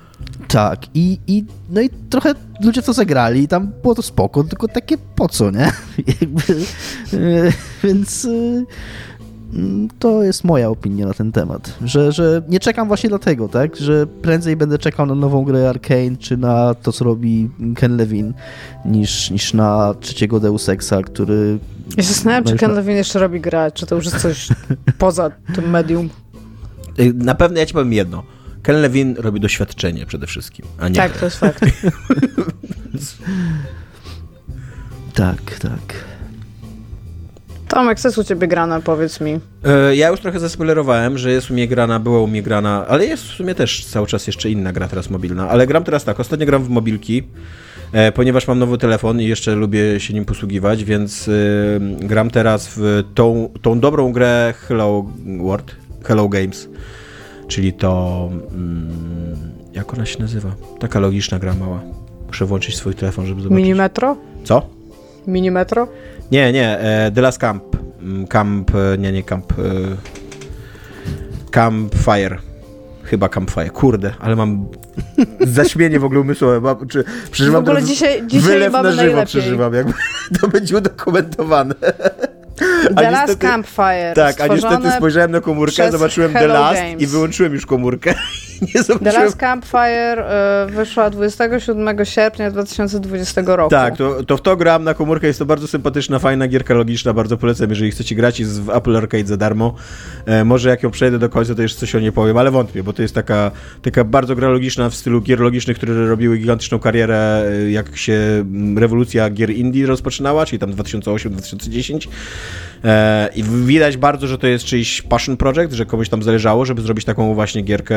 Tak, i, i no i trochę ludzie to zagrali i tam było to spoko, tylko takie po co, nie? Jakby, e, więc e, to jest moja opinia na ten temat, że, że nie czekam właśnie dlatego, tak, że prędzej będę czekał na nową grę Arcane, czy na to, co robi Ken Levine, niż, niż na trzeciego Deus Exa, który... Ja się zastanawiam, no czy Ken na... Levine jeszcze robi grę, czy to już jest coś poza tym medium. Na pewno ja ci powiem jedno. Ken Levine robi doświadczenie przede wszystkim, a nie Tak, grę. to jest fakt. Tak, tak. Tomek, co jest u ciebie grane, powiedz mi. E, Ja już trochę zaspoilerowałem, że jest u mnie grana, była u mnie grana, ale jest w sumie też cały czas jeszcze inna gra teraz mobilna, ale gram teraz tak, ostatnio gram w mobilki, e, ponieważ mam nowy telefon i jeszcze lubię się nim posługiwać, więc e, gram teraz w tą, tą dobrą grę Hello World, Hello Games, czyli to, mm, jak ona się nazywa? Taka logiczna gra mała. Muszę włączyć swój telefon, żeby zobaczyć. Minimetro? Co? Minimetro? Nie, nie, e, The Last Camp. Mm, Camp, e, nie, nie Camp. E, Campfire. Chyba Campfire. Kurde, ale mam zaśmienie w ogóle umysłowe. Mam, czy, przeżywam W ogóle teraz dzisiaj, dzisiaj wylew mamy na żywo najlepiej. przeżywam, jakby to będzie udokumentowane. The Last Campfire. Tak, a niestety stworzone spojrzałem na komórkę, przez zobaczyłem The Hello Last Games. i wyłączyłem już komórkę. Nie The zobaczyłem. Last Campfire y, wyszła dwudziestego siódmego sierpnia dwa tysiące dwudziestego roku. Tak, to, to w to gram na komórkę, jest to bardzo sympatyczna, fajna gierka logiczna, bardzo polecam, jeżeli chcecie grać, jest w Apple Arcade za darmo. E, może jak ją przejdę do końca, to jeszcze coś o niej powiem, ale wątpię, bo to jest taka, taka bardzo gra logiczna w stylu gier logicznych, które robiły gigantyczną karierę, e, jak się mm, rewolucja gier indie rozpoczynała, czyli tam dwa tysiące osiem dwa tysiące dziesięć. E, I widać bardzo, że to jest czyjś passion project, że komuś tam zależało, żeby zrobić taką właśnie gierkę,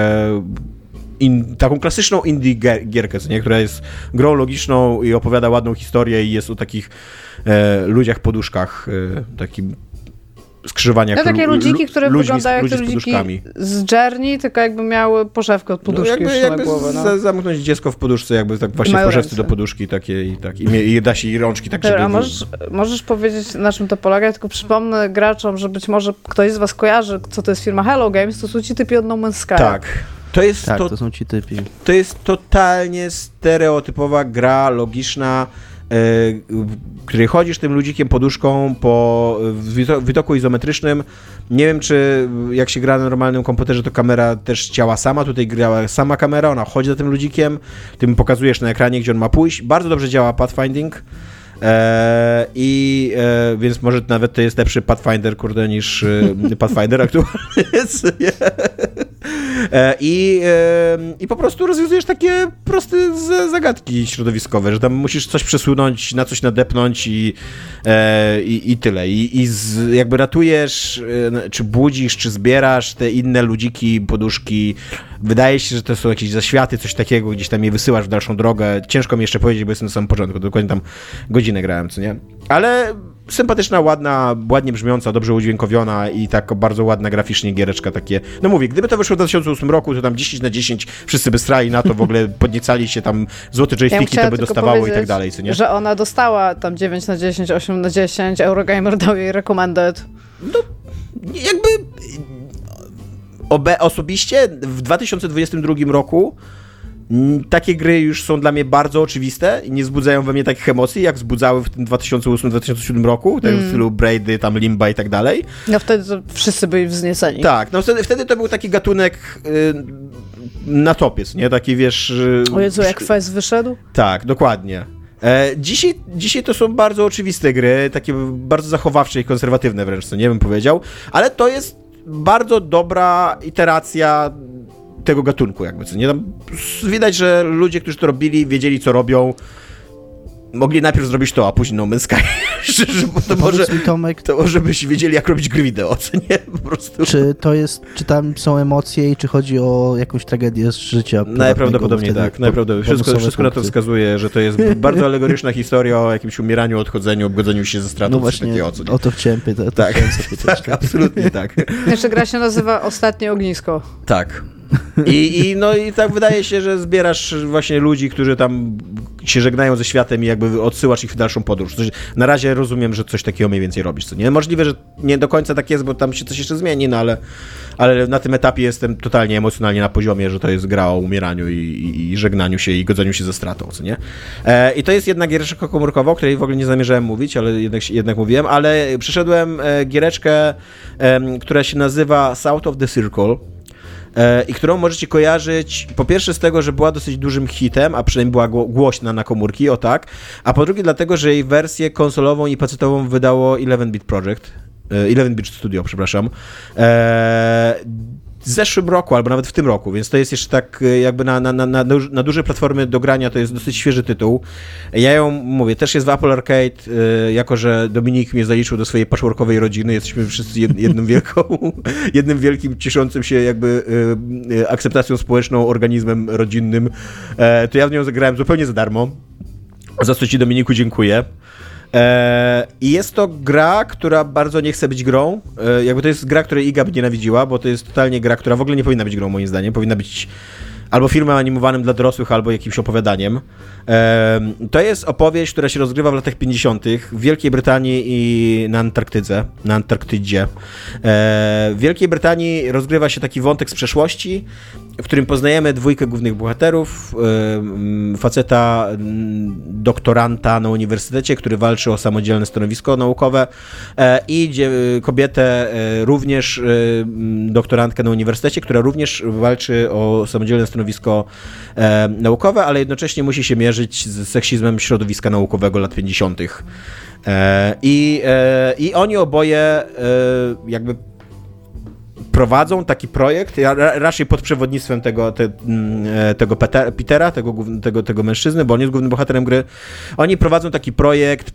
In, taką klasyczną indie gierkę, co nie, która jest grą logiczną i opowiada ładną historię i jest o takich e, ludziach poduszkach, e, takim skrzyżowaniach. No takie lu- ludziki, które ludźmi, wyglądają jak ludzi te z ludziki poduszkami. z Journey, tylko jakby miały poszewkę od poduszki No jakby, już jakby na głowę. No. za- zamknąć dziecko w poduszce, jakby tak właśnie w Mają poszewce ręce. do poduszki takiej i tak. I, mie- i da się i rączki tak, Dobra, żeby... a możesz, możesz powiedzieć, na czym to polega? Tylko przypomnę graczom, że być może ktoś z was kojarzy, co to jest firma Hello Games, to są ci typi od No Man's Sky. Tak. To jest, Tak, to, to są ci typi. to jest totalnie stereotypowa gra logiczna, w której chodzisz tym ludzikiem poduszką po widoku izometrycznym. Nie wiem, czy jak się gra na normalnym komputerze, to kamera też działa sama. Tutaj grała sama kamera, ona chodzi za tym ludzikiem, ty mu pokazujesz na ekranie, gdzie on ma pójść. Bardzo dobrze działa pathfinding. Eee, I e, więc może nawet to jest lepszy Pathfinder, kurde, niż e, Pathfinder aktualnie jest. E, I, e, I po prostu rozwiązujesz takie proste z- zagadki środowiskowe, że tam musisz coś przesunąć, na coś nadepnąć i, e, i, i tyle. I, i z, jakby ratujesz, e, czy budzisz, czy zbierasz te inne ludziki, poduszki. Wydaje się, że to są jakieś zaświaty, coś takiego, gdzieś tam je wysyłasz w dalszą drogę. Ciężko mi jeszcze powiedzieć, bo jestem na samym początku, dokładnie tam godzinę grałem, co nie? Ale sympatyczna, ładna, ładnie brzmiąca, dobrze udźwiękowiona i tak bardzo ładna graficznie giereczka takie. No mówię, gdyby to wyszło w dwa tysiące ósmym roku, to tam dziesięć na dziesięć wszyscy by strali na to, w ogóle podniecali się, tam złote Ja bym joysticki chciała to by tylko dostawało i tak powiedzieć, dalej, co nie? że ona dostała tam dziewięć na dziesięć, osiem na dziesięć, Eurogamer dał jej recommended. Jakby obe, osobiście w dwa tysiące dwudziestym drugim roku mm, takie gry już są dla mnie bardzo oczywiste i nie wzbudzają we mnie takich emocji, jak wzbudzały w tym dwa tysiące ósmym dwa tysiące siódmym roku, tak Mm. w stylu Braidy, tam Limba i tak dalej. No wtedy to wszyscy byli wznieceni. Tak, no wtedy, wtedy to był taki gatunek y, na topiec, nie? Taki, wiesz... Y, O Jezu, jak Fez wyszedł? Tak, dokładnie. E, dzisiaj, dzisiaj to są bardzo oczywiste gry, takie bardzo zachowawcze i konserwatywne wręcz, co nie bym powiedział, ale to jest bardzo dobra iteracja tego gatunku, jakby, co nie? Tam widać, że ludzie, którzy to robili, wiedzieli, co robią, mogli najpierw zrobić to, a później No Man's Sky. Że to może, Powiedz mi, Tomek, to może byś wiedzieli, jak robić gry wideo, co nie? Po prostu. czy to jest, czy tam są emocje i czy chodzi o jakąś tragedię z życia prywatnego, Najprawdopodobniej bo wtedy tak, najprawdopodobniej. Wszystko, bonusowe wszystko na to punkty. wskazuje, że to jest bardzo alegoryczna historia o jakimś umieraniu, odchodzeniu, obgodzeniu się ze stratą, No coś właśnie, takiego, co nie? o to chciałem pytać. Tak, chciałem zapytać. tak, absolutnie tak. Jeszcze gra się nazywa Ostatnie Ognisko. Tak. I, i, no, i tak wydaje się, że zbierasz właśnie ludzi, którzy tam się żegnają ze światem i jakby odsyłasz ich w dalszą podróż. Coś, na razie rozumiem, że coś takiego mniej więcej robisz. Co nie? Możliwe, że nie do końca tak jest, bo tam się coś jeszcze zmieni, no ale, ale na tym etapie jestem totalnie emocjonalnie na poziomie, że to jest gra o umieraniu i, i, i żegnaniu się i godzeniu się ze stratą, co nie? E, I to jest jedna giereczka komórkowa, o której w ogóle nie zamierzałem mówić, ale jednak, jednak mówiłem, ale przeszedłem e, giereczkę, e, która się nazywa South of the Circle. I którą możecie kojarzyć po pierwsze z tego, że była dosyć dużym hitem, a przynajmniej była głośna na komórki, o tak, a po drugie dlatego, że jej wersję konsolową i pecetową wydało eleven bit Project, eleven bit Studio, przepraszam, w zeszłym roku, albo nawet w tym roku, więc to jest jeszcze tak jakby na, na, na, na, na duże platformy do grania, to jest dosyć świeży tytuł. Ja ją, mówię, też jest w Apple Arcade, jako że Dominik mnie zaliczył do swojej patchworkowej rodziny, jesteśmy wszyscy jednym wielką, jednym wielkim, cieszącym się jakby akceptacją społeczną organizmem rodzinnym, to ja w nią zagrałem zupełnie za darmo, za co ci, Dominiku, dziękuję. I jest to gra, która bardzo nie chce być grą. Jakby to jest gra, której Iga by nienawidziła, bo to jest totalnie gra, która w ogóle nie powinna być grą, moim zdaniem. Powinna być albo filmem animowanym dla dorosłych, albo jakimś opowiadaniem. To jest opowieść, która się rozgrywa w latach pięćdziesiątych w Wielkiej Brytanii i na Antarktydze, na Antarktydzie. W Wielkiej Brytanii rozgrywa się taki wątek z przeszłości, w którym poznajemy dwójkę głównych bohaterów, faceta, doktoranta na uniwersytecie, który walczy o samodzielne stanowisko naukowe, i kobietę, również doktorantkę na uniwersytecie, która również walczy o samodzielne stanowisko naukowe, ale jednocześnie musi się mierzyć z seksizmem środowiska naukowego lat pięćdziesiątych. I, i oni oboje jakby prowadzą taki projekt, raczej pod przewodnictwem tego, te, tego Petera, tego, tego, tego mężczyzny, bo on jest głównym bohaterem gry. Oni prowadzą taki projekt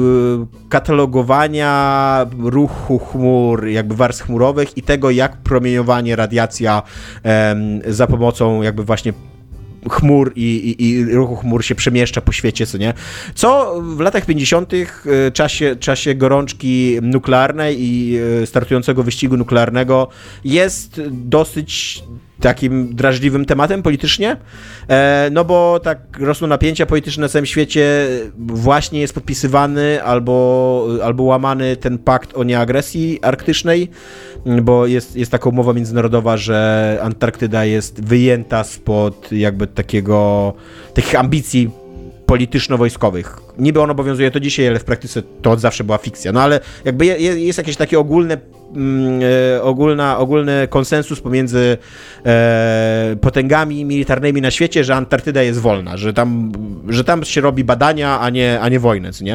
katalogowania ruchu chmur, jakby warstw chmurowych i tego, jak promieniowanie, radiacja za pomocą jakby właśnie chmur i, i, i ruchu chmur się przemieszcza po świecie, co nie? Co w latach pięćdziesiątych, czasie, czasie gorączki nuklearnej i startującego wyścigu nuklearnego jest dosyć takim drażliwym tematem politycznie, no bo tak rosną napięcia polityczne na całym świecie, właśnie jest podpisywany albo, albo łamany ten pakt o nieagresji arktycznej, bo jest, jest taka umowa międzynarodowa, że Antarktyda jest wyjęta spod jakby takiego, takich ambicji polityczno-wojskowych. Niby on obowiązuje to dzisiaj, ale w praktyce to od zawsze była fikcja. No ale jakby je, jest jakieś takie ogólne, mm, e, ogólna, ogólny konsensus pomiędzy e, potęgami militarnymi na świecie, że Antarktyda jest wolna, że tam, że tam się robi badania, a nie, a nie wojnę, co nie?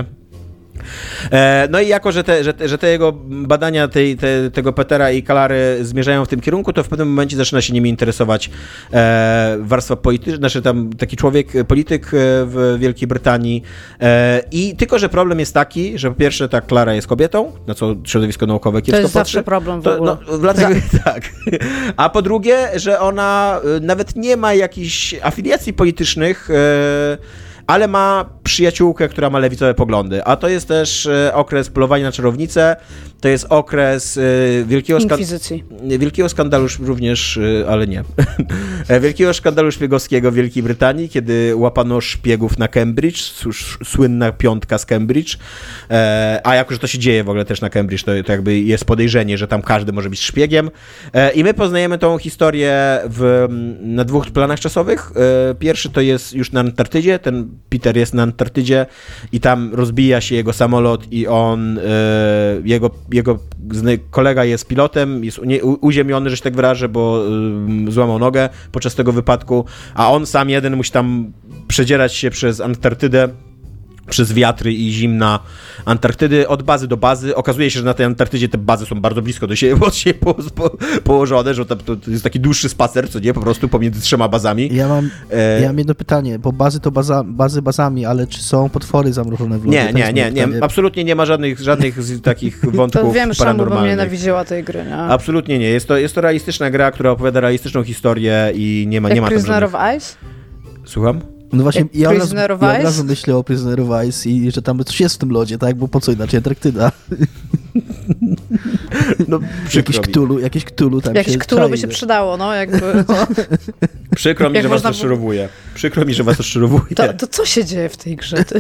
No i jako, że te, że te, że te jego badania tej, te, tego Petera i Kalary zmierzają w tym kierunku, to w pewnym momencie zaczyna się nimi interesować e, warstwa polityczna, znaczy tam taki człowiek, polityk w Wielkiej Brytanii. E, I tylko, że problem jest taki, że po pierwsze ta Klara jest kobietą, na co środowisko naukowe kiepsko patrzy. To jest zawsze problem w ogóle. To, no, dlatego, tak. A po drugie, że ona nawet nie ma jakichś afiliacji politycznych, e, ale ma przyjaciółkę, która ma lewicowe poglądy, a to jest też okres polowania na czarownicę, to jest okres wielkiego, Inkwizycji. Skan- wielkiego skandalu również, ale nie, wielkiego skandalu szpiegowskiego w Wielkiej Brytanii, kiedy łapano szpiegów na Cambridge, słynna piątka z Cambridge, a jako, że to się dzieje w ogóle też na Cambridge, to, to jakby jest podejrzenie, że tam każdy może być szpiegiem i my poznajemy tą historię w, na dwóch planach czasowych. Pierwszy to jest już na Antarktydzie, ten Peter jest na Antarktydzie i tam rozbija się jego samolot i on, jego, jego kolega jest pilotem, jest uziemiony, że się tak wyrażę, bo złamał nogę podczas tego wypadku, a on sam jeden musi tam przedzierać się przez Antarktydę, przez wiatry i zimna Antarktydy, od bazy do bazy. Okazuje się, że na tej Antarktydzie te bazy są bardzo blisko do siebie, od siebie po, po, położone, że to, to jest taki dłuższy spacer, co nie, po prostu pomiędzy trzema bazami. Ja mam, e... ja mam jedno pytanie, bo bazy to baza, bazy bazami, ale czy są potwory zamrożone w lodzie? Nie, nie, nie, nie, absolutnie nie ma żadnych, żadnych z takich wątków to wiem, paranormalnych. Bo mnie nienawidziła tej gry, nie? Absolutnie nie. Jest to, jest to realistyczna gra, która opowiada realistyczną historię i nie ma, Jak nie ma tam Prisoner żadnych... of Ice? Słucham? No właśnie, Jak ja od, razu, Prisoner of ja od Ice? razu myślę o Prisoner of Ice i że tam coś jest w tym lodzie, tak? Bo po co inaczej Antarktyda? No, jakiś Cthulhu, jakiś Cthulhu tam Jakiś się Cthulhu czai, by się no. przydało, no jakby. Przykro mi, Jak że was można rozczarowuje. Przykro mi, że was rozczarowuje. To, to co się dzieje w tej grze? Ty?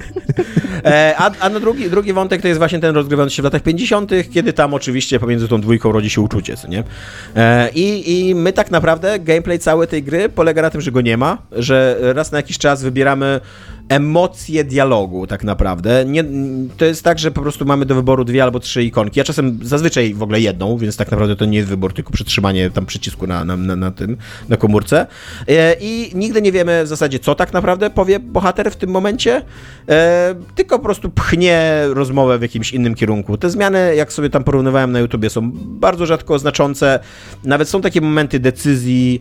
E, a a no drugi, drugi wątek to jest właśnie ten rozgrywający się w latach pięćdziesiątych, kiedy tam oczywiście pomiędzy tą dwójką rodzi się uczucie, co nie? E, i, I my tak naprawdę, gameplay całej tej gry polega na tym, że go nie ma, że raz na jakiś czas wybieramy emocje dialogu tak naprawdę. Nie, to jest tak, że po prostu mamy do wyboru dwie albo trzy ikonki, a czasem zazwyczaj w ogóle jedną, więc tak naprawdę to nie jest wybór, tylko przytrzymanie tam przycisku na, na, na, na tym, na komórce. E, I nigdy nie wiemy w zasadzie, co tak naprawdę powie bohater w tym momencie, e, tylko po prostu pchnie rozmowę w jakimś innym kierunku. Te zmiany, jak sobie tam porównywałem na YouTubie, są bardzo rzadko znaczące. Nawet są takie momenty decyzji,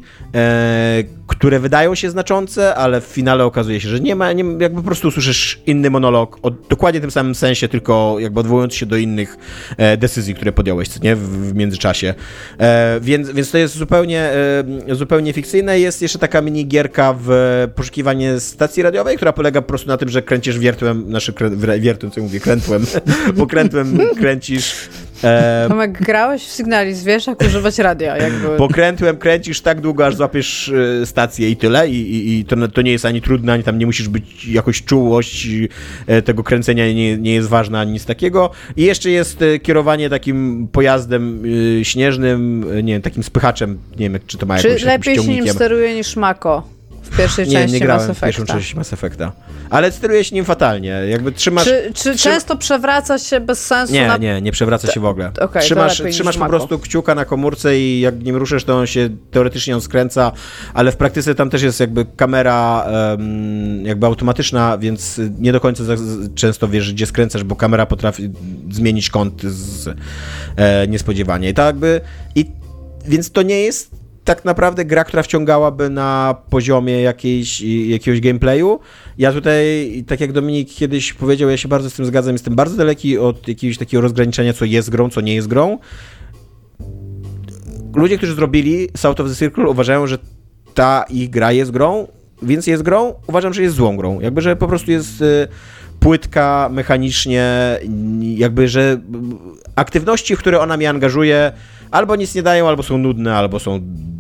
e, które wydają się znaczące, ale w finale okazuje się, że nie ma, nie, jakby po prostu usłyszysz inny monolog o dokładnie tym samym sensie, tylko jakby odwołując się do innych e, decyzji, które podjąłeś, co nie, w, w międzyczasie. E, więc, więc to jest zupełnie, e, zupełnie fikcyjne. Jest jeszcze taka minigierka w poszukiwanie stacji radiowej, która polega po prostu na tym, że kręcisz wiertłem, znaczy krę, wiertłem, co ja mówię, krętłem, pokrętłem kręcisz. E, Tomek, grałeś w Signalis, wiesz jak używać radia, jakby. Pokrętłem kręcisz tak długo, aż złapiesz e, stację i tyle. I, i, i to, to nie jest ani trudne, ani tam nie musisz być jakoś czułość e, tego kręcenia nie, nie jest ważna, ani nic takiego. I jeszcze jest e, kierowanie takim pojazdem e, śnieżnym, e, nie wiem, takim spychaczem, nie wiem, czy to ma Czy jakąś lepiej się nim steruje niż Mako w pierwszej nie, części nie grałem Mass w pierwszą Effecta? część Mass Effecta. Ale steruje się nim fatalnie. Jakby trzymasz... Czy, czy trzyma... często przewraca się bez sensu? Nie, na... nie, nie przewraca się w ogóle. Okay, trzymasz to trzymasz po Mako. prostu kciuka na komórce i jak nim ruszysz, to on się teoretycznie on skręca, ale w praktyce tam też jest jakby kamera um, jakby automatyczna, więc nie do końca za, często wiesz, gdzie skręcasz, bo kamera potrafi zmienić kąt z, e, niespodziewanie. I tak jakby... I, więc to nie jest tak naprawdę gra, która wciągałaby na poziomie jakiejś, jakiegoś gameplayu. Ja tutaj, tak jak Dominik kiedyś powiedział, ja się bardzo z tym zgadzam, jestem bardzo daleki od jakiegoś takiego rozgraniczenia, co jest grą, co nie jest grą. Ludzie, którzy zrobili South of the Circle, uważają, że ta ich gra jest grą, więc jest grą. Uważam, że jest złą grą. Jakby, że po prostu jest y, płytka mechanicznie, jakby, że aktywności, w które ona mnie angażuje, albo nic nie dają, albo są nudne, albo są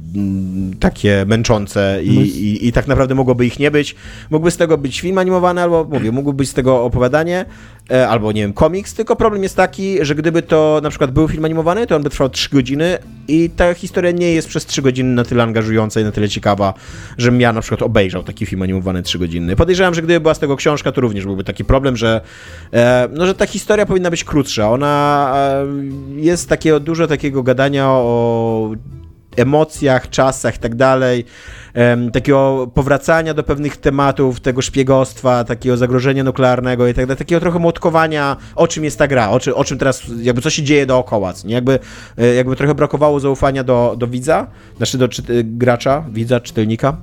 takie męczące i, i, i tak naprawdę mogłoby ich nie być. Mógłby z tego być film animowany, albo mówię, mógłby być z tego opowiadanie, e, albo nie wiem, komiks, tylko problem jest taki, że gdyby to na przykład był film animowany, to on by trwał trzy godziny i ta historia nie jest przez trzy godziny na tyle angażująca i na tyle ciekawa, żebym ja na przykład obejrzał taki film animowany trzygodzinny. Podejrzewam, że gdyby była z tego książka, to również byłby taki problem, że e, no, że ta historia powinna być krótsza. Ona e, jest takiego, dużo takiego gadania o emocjach, czasach i tak dalej, um, takiego powracania do pewnych tematów, tego szpiegostwa, takiego zagrożenia nuklearnego i tak dalej, takiego trochę młotkowania, o czym jest ta gra, o, czy, o czym teraz, jakby co się dzieje dookoła, nie? Jakby, jakby trochę brakowało zaufania do, do widza, znaczy do czy, gracza, widza, czytelnika.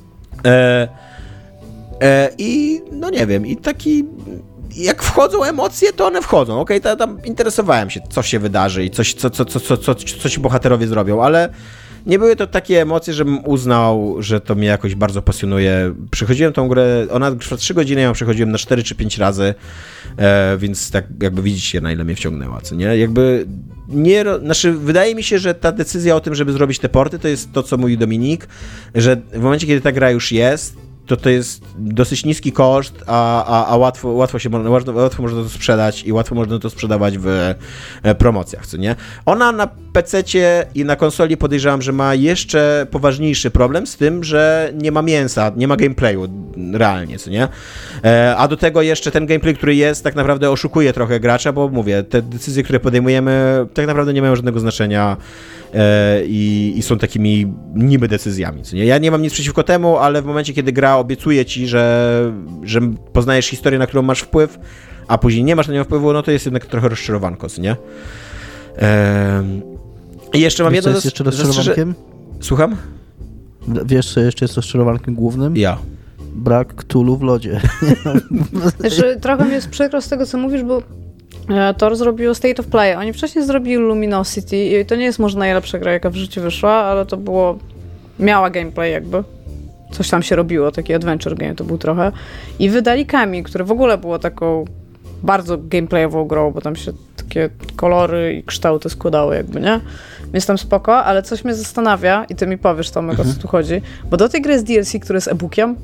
E, e, I no nie wiem, i taki... Jak wchodzą emocje, to one wchodzą, okej, okay? Tam interesowałem się, co się wydarzy i coś, co, co, co, co, co, co ci bohaterowie zrobią, ale nie były to takie emocje, żebym uznał, że to mnie jakoś bardzo pasjonuje. Przechodziłem tą grę, ona trwa trzy godziny, ja ją przechodziłem na cztery czy pięć razy, e, więc tak jakby widzicie, na ile mnie wciągnęła, co nie? Jakby nie, znaczy wydaje mi się, że ta decyzja o tym, żeby zrobić te porty, to jest to, co mówi Dominik, że w momencie, kiedy ta gra już jest, to to jest dosyć niski koszt, a, a, a łatwo, łatwo, się, łatwo, łatwo można to sprzedać i łatwo można to sprzedawać w e, promocjach, co nie? Ona na pececie i na konsoli podejrzewam, że ma jeszcze poważniejszy problem z tym, że nie ma mięsa, nie ma gameplayu realnie, co nie? E, a do tego jeszcze ten gameplay, który jest, tak naprawdę oszukuje trochę gracza, bo mówię, te decyzje, które podejmujemy, tak naprawdę nie mają żadnego znaczenia e, i, i są takimi niby decyzjami, co nie? Ja nie mam nic przeciwko temu, ale w momencie, kiedy gra obiecuje ci, że, że poznajesz historię, na którą masz wpływ, a później nie masz na nią wpływu, no to jest jednak trochę rozczarowanko, co nie? Ehm... I jeszcze mam Wiesz, jedno... co jest jeszcze rozczarowankiem? Słucham? Wiesz, co jeszcze jest rozczarowankiem głównym? Ja. Brak Cthulhu w lodzie. Znaczy, trochę mi jest przykro z tego, co mówisz, bo Tor zrobiło State of Play. Oni wcześniej zrobili Luminosity i to nie jest może najlepsza gra, jaka w życiu wyszła, ale to było... miała gameplay jakby. Coś tam się robiło, taki adventure game to był trochę. I wydali Kami, które w ogóle było taką bardzo gameplayową grą, bo tam się takie kolory i kształty składały jakby, nie? Więc tam spoko, ale coś mnie zastanawia i ty mi powiesz, Tomek, o co tu chodzi, bo do tej gry jest D L C, który jest e-bookiem.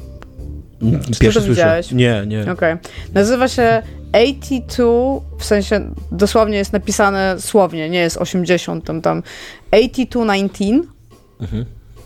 Czy Pierwszy ty to widziałeś? Nie, nie. Okej. Okay. Nazywa się osiemdziesiąt dwa, w sensie dosłownie jest napisane słownie, nie jest osiemdziesiąt, tam tam osiemdziesiąt dwa dziewiętnaście Mhm.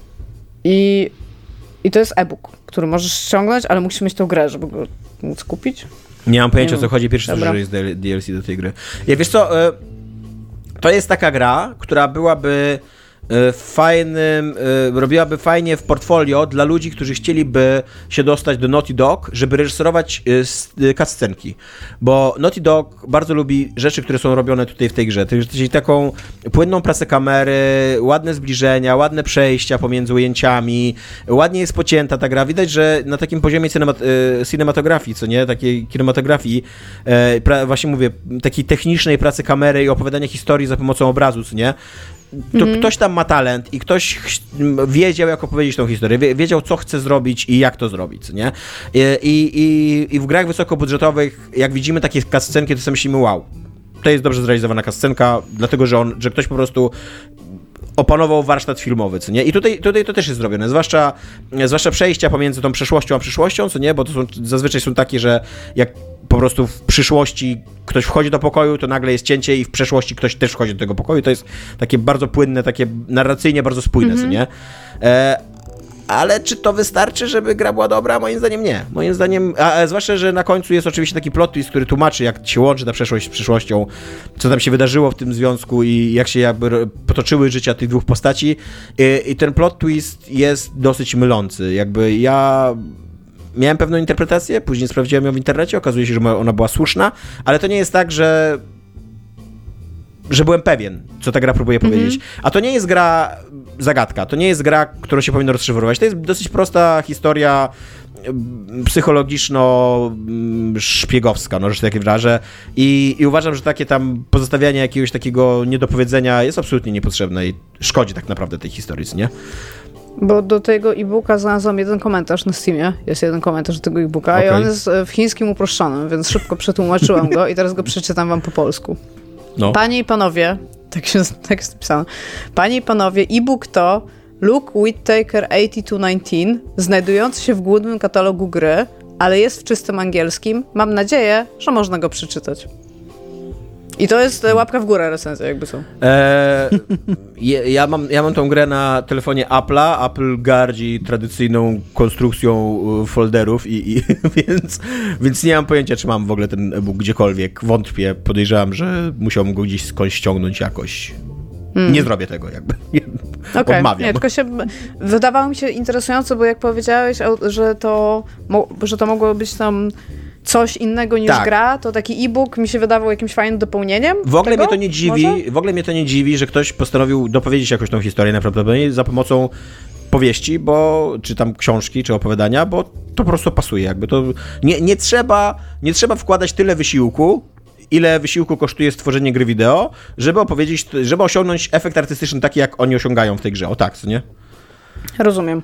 i, i to jest e-book, który możesz ściągnąć, ale musisz mieć tą grę, żeby go móc kupić. Nie mam pojęcia, Nie o co chodzi. Pierwszy raz, Dobra. że jest D L C do tej gry. Ja, wiesz co, e, to jest taka gra, która byłaby e, fajnym, e, robiłaby fajnie w portfolio dla ludzi, którzy chcieliby się dostać do Naughty Dog, żeby reżyserować e, s- e, cutscenki. Bo Naughty Dog bardzo lubi rzeczy, które są robione tutaj w tej grze. Czyli taką płynną pracę kamery, ładne zbliżenia, ładne przejścia pomiędzy ujęciami, ładnie jest pocięta ta gra. Widać, że na takim poziomie cinemat- e, cinematografii, co nie? Takiej kinematografii, e, pra- właśnie mówię, takiej technicznej pracy kamery i opowiadania historii za pomocą obrazu, co nie? To Mhm. ktoś tam ma talent i ktoś ch- wiedział, jak opowiedzieć tą historię, wie- wiedział, co chce zrobić i jak to zrobić, nie? I, i, i, i w grach wysokobudżetowych, jak widzimy takie cutscenki, to sobie myślimy, wow, to jest dobrze zrealizowana cutscenka, dlatego, że on, że ktoś po prostu opanował warsztat filmowy, co nie? I tutaj, tutaj to też jest zrobione, zwłaszcza, zwłaszcza przejścia pomiędzy tą przeszłością a przyszłością, co nie? Bo to są, zazwyczaj są takie, że jak po prostu w przyszłości ktoś wchodzi do pokoju, to nagle jest cięcie i w przeszłości ktoś też wchodzi do tego pokoju. To jest takie bardzo płynne, takie narracyjnie bardzo spójne, mm-hmm. co nie? E, ale czy to wystarczy, żeby gra była dobra? Moim zdaniem nie. Moim zdaniem, a, a zwłaszcza, że na końcu jest oczywiście taki plot twist, który tłumaczy, jak się łączy ta przeszłość z przyszłością, co tam się wydarzyło w tym związku i jak się jakby potoczyły życia tych dwóch postaci. I, i ten plot twist jest dosyć mylący. Jakby ja miałem pewną interpretację, później sprawdziłem ją w internecie, okazuje się, że ona była słuszna, ale to nie jest tak, że że byłem pewien, co ta gra próbuje mm-hmm. powiedzieć. A to nie jest gra zagadka, to nie jest gra, którą się powinno rozszyfrować. To jest dosyć prosta historia psychologiczno-szpiegowska, no, że takie wrażę. I, I uważam, że takie tam pozostawianie jakiegoś takiego niedopowiedzenia jest absolutnie niepotrzebne i szkodzi tak naprawdę tej historii, nie? Bo do tego e-booka znalazłam jeden komentarz na Steamie. Jest jeden komentarz do tego e-booka okay. i on jest w chińskim uproszczonym, więc szybko przetłumaczyłam go i teraz go przeczytam wam po polsku. No. Panie i panowie, tak się tak jest napisane. Panie i panowie, e-book to Luke Whittaker osiemdziesiąt dwa dziewiętnaście, znajdujący się w głównym katalogu gry, ale jest w czystym angielskim. Mam nadzieję, że można go przeczytać. I to jest łapka w górę recenzja, jakby są. Eee, ja, mam, ja mam tą grę na telefonie Apple'a. Apple gardzi tradycyjną konstrukcją folderów, i, i, więc, więc nie mam pojęcia, czy mam w ogóle ten e-book gdziekolwiek. Wątpię, podejrzewam, że musiałbym go gdzieś skądś ściągnąć jakoś. Hmm. Nie zrobię tego, jakby. Okay. Odmawiam. Nie, tylko się wydawało mi się interesujące, bo jak powiedziałeś, że to, że to mogło być tam coś innego niż tak. gra, to taki e-book mi się wydawał jakimś fajnym dopełnieniem. W ogóle tego? mnie to nie dziwi, Może? w ogóle mnie to nie dziwi, że ktoś postanowił dopowiedzieć jakoś tą historię najprawdopodobniej za pomocą powieści, bo czy tam książki, czy opowiadania, bo to po prostu pasuje, jakby to nie, nie trzeba, nie trzeba wkładać tyle wysiłku, ile wysiłku kosztuje stworzenie gry wideo, żeby opowiedzieć, żeby osiągnąć efekt artystyczny taki, jak oni osiągają w tej grze. O tak, co nie? Rozumiem.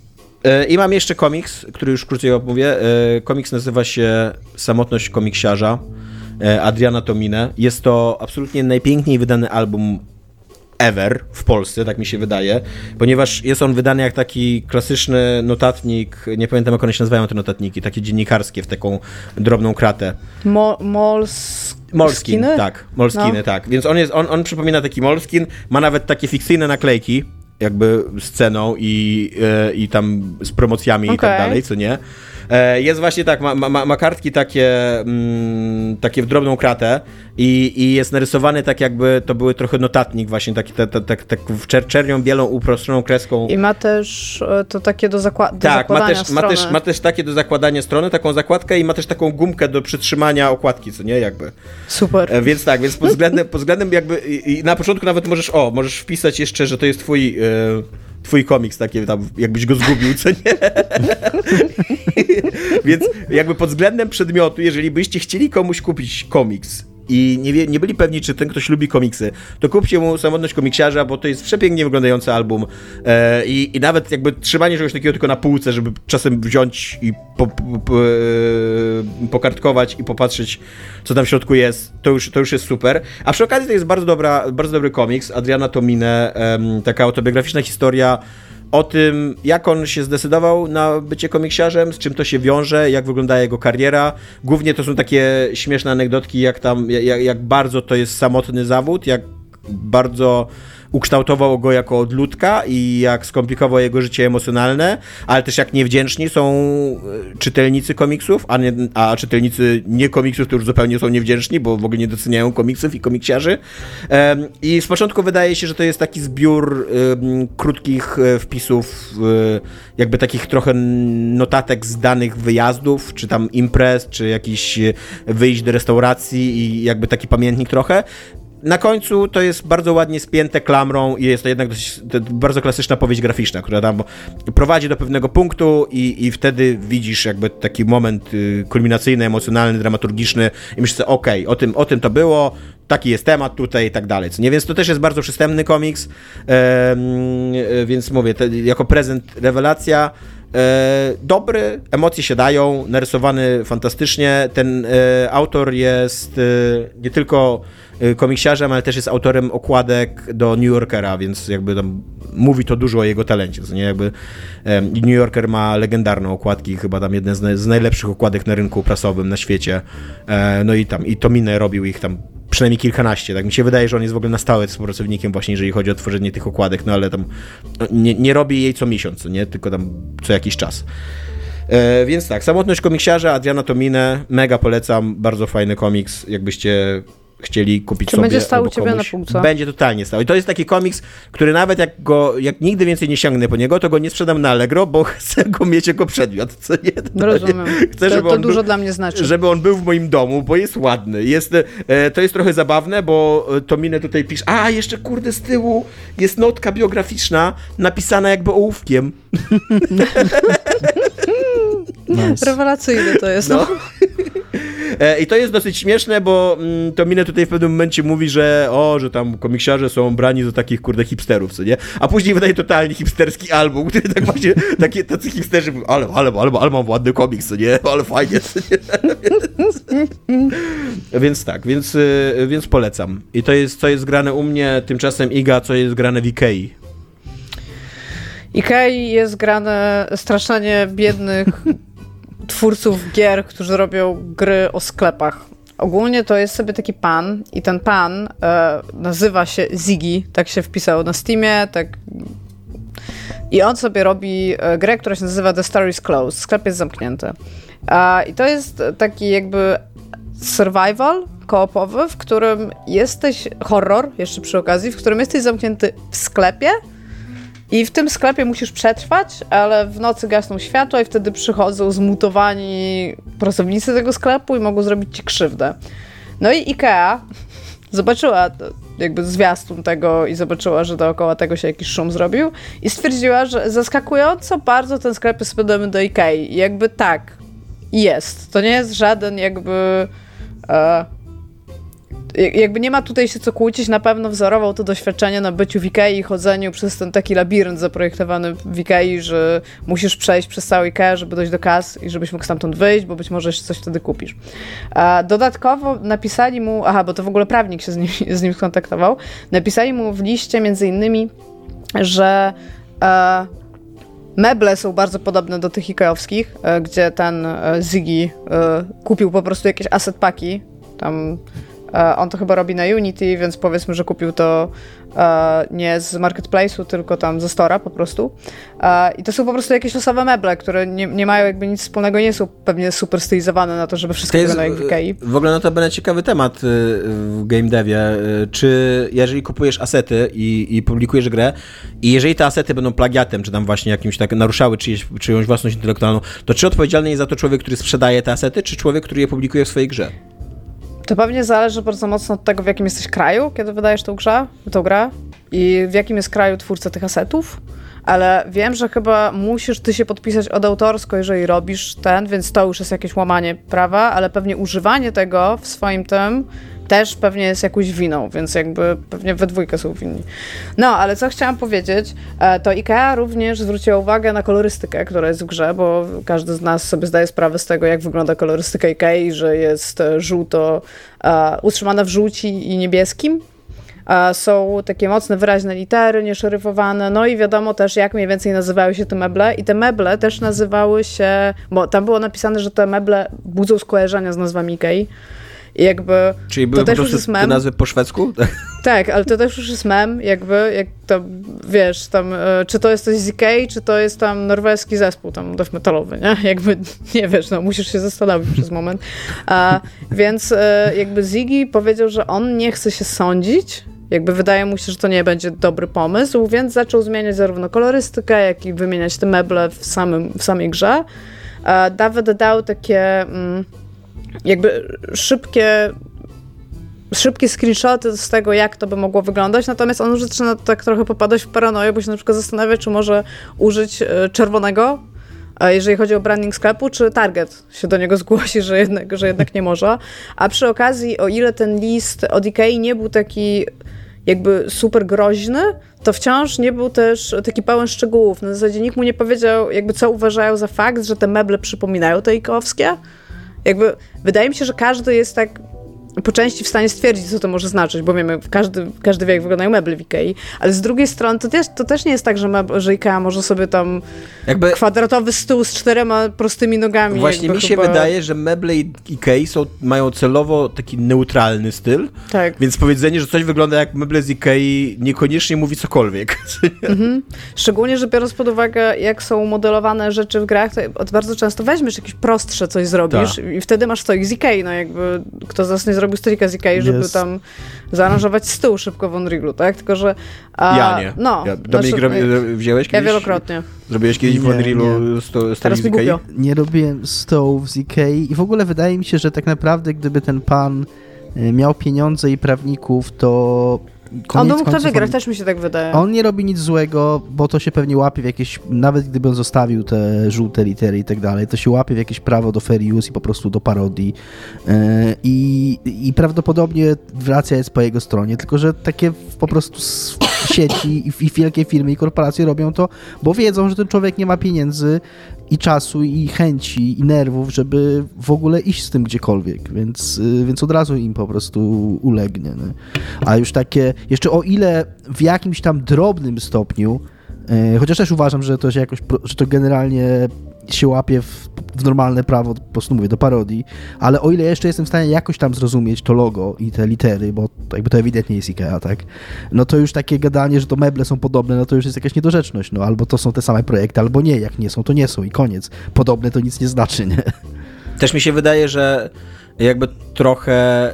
I mam jeszcze komiks, który już krócej omówię. Komiks nazywa się Samotność komiksiarza Adriana Tomine. Jest to absolutnie najpiękniej wydany album ever w Polsce, tak mi się wydaje, ponieważ jest on wydany jak taki klasyczny notatnik, nie pamiętam jak one się nazywają te notatniki, takie dziennikarskie w taką drobną kratę. Mo, mols... Moleskine? Tak, Moleskine, no. tak. Więc on, jest, on, on przypomina taki Moleskine, ma nawet takie fikcyjne naklejki, jakby z ceną i, yy, i tam z promocjami okay. i tak dalej, co nie? E, jest właśnie tak, ma, ma, ma kartki takie, mm, takie w drobną kratę i, i jest narysowany tak jakby to były trochę notatnik właśnie, taki tak, tak, tak, tak w czer- czernią bielą uproszczoną kreską. I ma też to takie do, zakła- do tak, zakładania ma też, strony. ma też, ma też takie do zakładania strony, taką zakładkę i ma też taką gumkę do przytrzymania okładki, co nie, jakby. Super. E, więc tak, więc pod względem, pod względem jakby i, i na początku nawet możesz, o, możesz wpisać jeszcze, że to jest twój... Yy, twój komiks, taki tam, jakbyś go zgubił, co nie? Więc jakby pod względem przedmiotu, jeżeli byście chcieli komuś kupić komiks i nie, wie, nie byli pewni, czy ten ktoś lubi komiksy, to kupcie mu Samotność komiksiarza, bo to jest przepięknie wyglądający album e, i, i nawet jakby trzymanie czegoś takiego tylko na półce, żeby czasem wziąć i po, po, po, e, pokartkować i popatrzeć, co tam w środku jest, to już, to już jest super. A przy okazji to jest bardzo, dobra, bardzo dobry komiks, Adriana Tomine, e, taka autobiograficzna historia o tym, jak on się zdecydował na bycie komiksiarzem, z czym to się wiąże, jak wygląda jego kariera. Głównie to są takie śmieszne anegdotki, jak tam, jak, jak bardzo to jest samotny zawód, jak bardzo ukształtował go jako odludka i jak skomplikował jego życie emocjonalne, ale też jak niewdzięczni są czytelnicy komiksów, a, nie, a czytelnicy nie komiksów to już zupełnie są niewdzięczni, bo w ogóle nie doceniają komiksów i komiksiarzy. Um, I z początku wydaje się, że to jest taki zbiór um, krótkich wpisów, um, jakby takich trochę notatek z danych wyjazdów, czy tam imprez, czy jakichś wyjść do restauracji i jakby taki pamiętnik trochę. Na końcu to jest bardzo ładnie spięte klamrą i jest to jednak dość, to bardzo klasyczna powieść graficzna, która tam prowadzi do pewnego punktu i, i wtedy widzisz jakby taki moment y, kulminacyjny, emocjonalny, dramaturgiczny i myślisz sobie, okej, okay, o tym, o tym to było, taki jest temat tutaj i tak dalej. Co nie? Więc to też jest bardzo przystępny komiks, e, więc mówię, to, jako prezent rewelacja. E, dobry, emocje się dają, narysowany fantastycznie. Ten e, autor jest e, nie tylko komiksiarzem, ale też jest autorem okładek do New Yorkera, więc jakby tam mówi to dużo o jego talencie, co nie? Jakby e, New Yorker ma legendarne okładki, chyba tam jedne z, naj, z najlepszych okładek na rynku prasowym na świecie. E, no i tam, i Tomine robił ich tam przynajmniej kilkanaście, tak mi się wydaje, że on jest w ogóle na stałe współpracownikiem właśnie, jeżeli chodzi o tworzenie tych okładek, no ale tam nie, nie robi jej co miesiąc, nie? Tylko tam co jakiś czas. E, więc tak, Samotność komiksiarza, Adriana Tomine, mega polecam, bardzo fajny komiks, jakbyście chcieli kupić Czy sobie. będzie stał u albo ciebie komuś. na półce? Będzie totalnie stał. I to jest taki komiks, który nawet jak go, jak nigdy więcej nie sięgnę po niego, to go nie sprzedam na Allegro, bo chcę go mieć jako przedmiot, co nie? To Rozumiem. Chcę, to żeby to on dużo był, dla mnie znaczy. żeby on był w moim domu, bo jest ładny. Jest, e, to jest trochę zabawne, bo Tomine tutaj pisze, a jeszcze kurde z tyłu jest notka biograficzna napisana jakby ołówkiem. Nice. Rewelacyjne to jest. No. I to jest dosyć śmieszne, bo mm, Tomine tutaj w pewnym momencie mówi, że o, że tam komiksiarze są brani za takich, kurde, hipsterów, co nie? A później wydaje totalnie hipsterski album, który tak właśnie, takie, tacy hipsterzy mówią, ale, ale, ale, ale mam ładny komiks, co nie? Ale fajnie, co nie? Więc tak, więc, więc polecam. I to jest, co jest grane u mnie, tymczasem Iga, co jest grane w Ikei. Ikei jest grane straszanie biednych twórców gier, którzy robią gry o sklepach. Ogólnie to jest sobie taki pan i ten pan e, nazywa się Ziggy, tak się wpisał na Steamie, tak. I on sobie robi e, grę, która się nazywa The Store is Closed, sklep jest zamknięty. E, I to jest taki jakby survival koopowy, w którym jesteś, horror jeszcze przy okazji, w którym jesteś zamknięty w sklepie i w tym sklepie musisz przetrwać, ale w nocy gasną światła i wtedy przychodzą zmutowani pracownicy tego sklepu i mogą zrobić ci krzywdę. No i Ikea zobaczyła jakby zwiastun tego i zobaczyła, że dookoła tego się jakiś szum zrobił i stwierdziła, że zaskakująco bardzo ten sklep jest podobny do Ikei. I jakby tak, jest. To nie jest żaden jakby... E, jakby nie ma tutaj się co kłócić, na pewno wzorował to doświadczenie na byciu w Ikei i chodzeniu przez ten taki labirynt zaprojektowany w Ikei, że musisz przejść przez całą Ikeę, żeby dojść do kas i żebyś mógł stamtąd wyjść, bo być może jeszcze coś wtedy kupisz. A dodatkowo napisali mu, aha, bo to w ogóle prawnik się z nim, z nim skontaktował, napisali mu w liście między innymi, że e, meble są bardzo podobne do tych ikeowskich, e, gdzie ten e, Ziggy e, kupił po prostu jakieś asset paki, tam on to chyba robi na Unity, więc powiedzmy, że kupił to e, nie z marketplace'u, tylko tam ze Store'a po prostu. E, I to są po prostu jakieś losowe meble, które nie, nie mają jakby nic wspólnego, nie są pewnie super stylizowane na to, żeby wszystko wyglądało jak w Ikei. W ogóle no to będzie ciekawy temat w game devie. Czy jeżeli kupujesz asety i, i publikujesz grę i jeżeli te asety będą plagiatem, czy tam właśnie jakimś tak naruszały czyjeś, czyjąś własność intelektualną, to czy odpowiedzialny jest za to człowiek, który sprzedaje te asety, czy człowiek, który je publikuje w swojej grze? To pewnie zależy bardzo mocno od tego, w jakim jesteś kraju, kiedy wydajesz tą grę, tą grę i w jakim jest kraju twórca tych asetów. ale wiem, że chyba musisz ty się podpisać od autorsko, jeżeli robisz ten, więc to już jest jakieś łamanie prawa, ale pewnie używanie tego w swoim tym też pewnie jest jakąś winą, więc jakby pewnie we dwójkę są winni. No, ale co chciałam powiedzieć, to IKEA również zwróciła uwagę na kolorystykę, która jest w grze, bo każdy z nas sobie zdaje sprawę z tego, jak wygląda kolorystyka IKEA, że jest żółto, utrzymana w żółci i niebieskim. Są takie mocne, wyraźne litery, nieszeryfowane, no i wiadomo też, jak mniej więcej nazywały się te meble i te meble też nazywały się, bo tam było napisane, że te meble budzą skojarzenia z nazwami IKEA. I jakby Czyli były to po też już jest prostu mem. te nazwy po szwedzku? Tak, ale to też już jest mem, jakby, jak to, wiesz, tam, czy to jest coś z Ikei, czy to jest tam norweski zespół tam death metalowy, nie? Jakby, nie wiesz, no musisz się zastanowić przez moment. A, więc jakby Ziggy powiedział, że on nie chce się sądzić, jakby wydaje mu się, że to nie będzie dobry pomysł, więc zaczął zmieniać zarówno kolorystykę, jak i wymieniać te meble w, samym, w samej grze. A David dał takie mm, jakby szybkie szybkie screenshoty z tego, jak to by mogło wyglądać, natomiast on już zaczyna tak trochę popadać w paranoję, bo się na przykład zastanawia, czy może użyć czerwonego, jeżeli chodzi o branding sklepu, czy Target się do niego zgłosi, że jednak, że jednak nie może. A przy okazji, o ile ten list od Ikei nie był taki jakby super groźny, to wciąż nie był też taki pełen szczegółów. Na zasadzie nikt mu nie powiedział, jakby co uważają za fakt, że te meble przypominają te ikeowskie. Jakby wydaje mi się, że każdy jest tak po części w stanie stwierdzić, co to może znaczyć, bo wiemy, każdy, każdy wie, jak wyglądają meble w Ikei, ale z drugiej strony to też, to też nie jest tak, że, mebl, że Ikea może sobie tam jakby kwadratowy stół z czterema prostymi nogami. Właśnie mi się chyba... wydaje, że meble Ikei są, mają celowo taki neutralny styl, tak. Więc powiedzenie, że coś wygląda jak meble z Ikei niekoniecznie mówi cokolwiek. Mhm. Szczególnie, że biorąc pod uwagę, jak są modelowane rzeczy w grach, to bardzo często weźmiesz jakieś prostsze coś zrobisz Ta. i wtedy masz stolik z Ikei, no jakby kto z nas nie zrobił stolika z Ikei, żeby yes. tam zaaranżować stół szybko w Unrealu, tak? Tylko, że... A, ja nie. No, ja, Dominik, znaczy, robi, wziąłeś kiedyś? Ja wielokrotnie. Zrobiłeś kiedyś nie, w Unrealu sto, Teraz z Ikei? Nie robiłem stołów z Ikei i w ogóle wydaje mi się, że tak naprawdę gdyby ten pan miał pieniądze i prawników, to... On by mógł to wygrać, on, też mi się tak wydaje. On nie robi nic złego, bo to się pewnie łapie w jakieś, nawet gdyby on zostawił te żółte litery i tak dalej, to się łapie w jakieś prawo do fair use i po prostu do parodii. Yy, i, I prawdopodobnie racja jest po jego stronie, tylko że takie po prostu sieci i, i wielkie firmy i korporacje robią to, bo wiedzą, że ten człowiek nie ma pieniędzy i czasu, i chęci, i nerwów, żeby w ogóle iść z tym gdziekolwiek, więc, yy, więc od razu im po prostu ulegnie. Nie? A już takie, jeszcze o ile w jakimś tam drobnym stopniu, yy, chociaż też uważam, że to się jakoś, że to generalnie się łapie w, w normalne prawo, po prostu mówię, do parodii, ale o ile jeszcze jestem w stanie jakoś tam zrozumieć to logo i te litery, bo to, jakby to ewidentnie jest Ikea, tak? No to już takie gadanie, że to meble są podobne, no to już jest jakaś niedorzeczność, no albo to są te same projekty, albo nie, jak nie są, to nie są i koniec. Podobne to nic nie znaczy, nie? Też mi się wydaje, że jakby trochę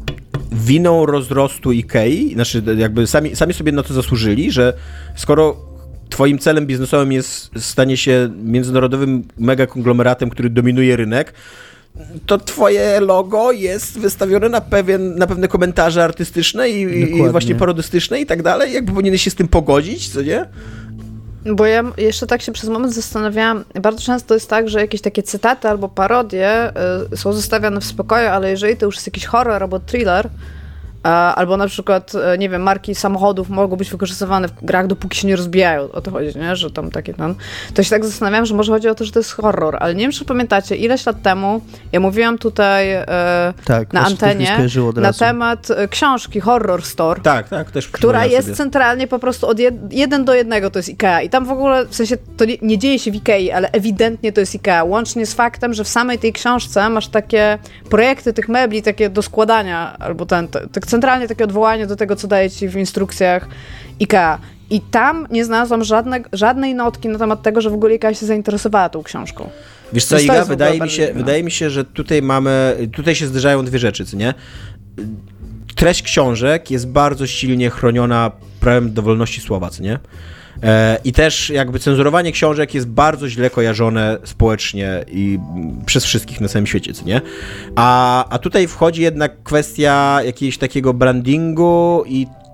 winą rozrostu Ikei, znaczy jakby sami, sami sobie na to zasłużyli, że skoro twoim celem biznesowym jest stanie się międzynarodowym megakonglomeratem, który dominuje rynek, to twoje logo jest wystawione na, pewien, na pewne komentarze artystyczne i, i właśnie parodystyczne i tak dalej. Jakby powinieneś się z tym pogodzić, co nie? Bo ja jeszcze tak się przez moment zastanawiałam, bardzo często jest tak, że jakieś takie cytaty albo parodie y, są zostawiane w spokoju, ale jeżeli to już jest jakiś horror albo thriller, albo na przykład, nie wiem, marki samochodów mogą być wykorzystywane w grach, dopóki się nie rozbijają, o to chodzi, nie? Że tam takie ten... To się tak zastanawiam, że może chodzi o to, że to jest horror, ale nie wiem, czy pamiętacie, ileś lat temu ja mówiłam tutaj e, tak, na antenie na temat książki Horror Store, tak, tak, też która jest sobie. centralnie po prostu od jed, jeden do jednego to jest Ikea i tam w ogóle, w sensie to nie, nie dzieje się w Ikei, ale ewidentnie to jest Ikea, łącznie z faktem, że w samej tej książce masz takie projekty tych mebli, takie do składania, albo ten, tak centralnie takie odwołanie do tego, co daje ci w instrukcjach Ikea. I tam nie znalazłam żadne, żadnej notki na temat tego, że w ogóle Ikea się zainteresowała tą książką. Wiesz co, Iga, wydaje mi, się, wydaje mi się, że tutaj mamy, tutaj się zderzają dwie rzeczy, co nie? Treść książek jest bardzo silnie chroniona prawem do wolności słowa, co nie? I też jakby cenzurowanie książek jest bardzo źle kojarzone społecznie i przez wszystkich na całym świecie, co nie? A, a tutaj wchodzi jednak kwestia jakiegoś takiego brandingu i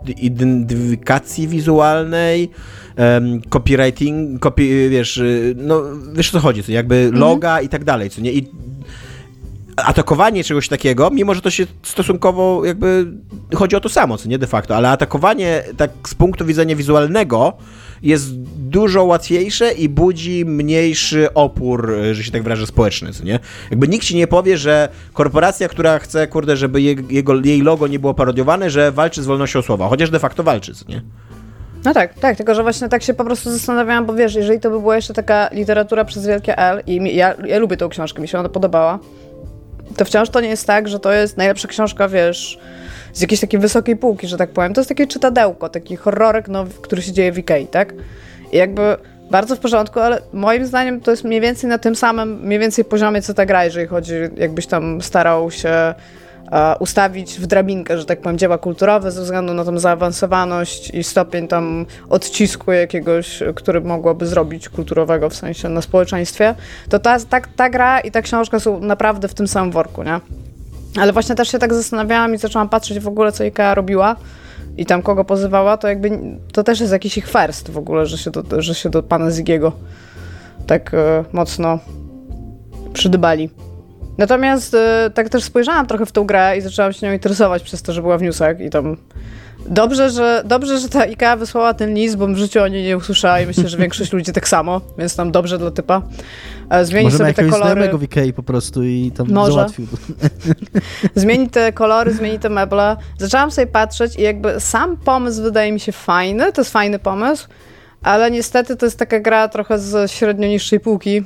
identyfikacji wizualnej, um, copywriting, copy, wiesz, no wiesz o co chodzi, co jakby mhm. loga i tak dalej, co nie? I atakowanie czegoś takiego, mimo że to się stosunkowo jakby chodzi o to samo, co nie de facto, ale atakowanie tak z punktu widzenia wizualnego jest dużo łatwiejsze i budzi mniejszy opór, że się tak wyrażę, społeczny, co nie? Jakby nikt ci nie powie, że korporacja, która chce, kurde, żeby je, jego, jej logo nie było parodiowane, że walczy z wolnością słowa, chociaż de facto walczy, co nie? No tak, tak, tylko że właśnie tak się po prostu zastanawiałam, bo wiesz, jeżeli to by była jeszcze taka literatura przez wielkie L i mi, ja, ja lubię tą książkę, mi się ona podobała, to wciąż to nie jest tak, że to jest najlepsza książka, wiesz, z jakiejś takiej wysokiej półki, że tak powiem. To jest takie czytadełko, taki horrorek, no, który się dzieje w Ikei, tak? I jakby bardzo w porządku, ale moim zdaniem to jest mniej więcej na tym samym, mniej więcej poziomie, co ta gra, jeżeli chodzi, jakbyś tam starał się e, ustawić w drabinkę, że tak powiem, dzieła kulturowe ze względu na tą zaawansowaność i stopień tam odcisku jakiegoś, który mogłoby zrobić kulturowego, w sensie na społeczeństwie, to ta, ta, ta gra i ta książka są naprawdę w tym samym worku, nie? Ale właśnie też się tak zastanawiałam i zaczęłam patrzeć w ogóle, co Ikea robiła i tam kogo pozywała, to jakby to też jest jakiś ich first w ogóle, że się do, że się do pana Ziggiego tak e, mocno przydybali. Natomiast e, tak też spojrzałam trochę w tą grę i zaczęłam się nią interesować przez to, że była w newsach i tam dobrze, że, dobrze, że ta Ikea wysłała ten list, bo w życiu o niej nie usłyszała i myślę, że większość ludzi tak samo, więc tam dobrze dla typa. Zmieni Możemy sobie te jakiegoś kolory. znajomego w Ikei po prostu i tam Może. załatwił. Zmieni te kolory, zmieni te meble. Zaczęłam sobie patrzeć i jakby sam pomysł wydaje mi się fajny, to jest fajny pomysł, ale niestety to jest taka gra trochę z średnio niższej półki.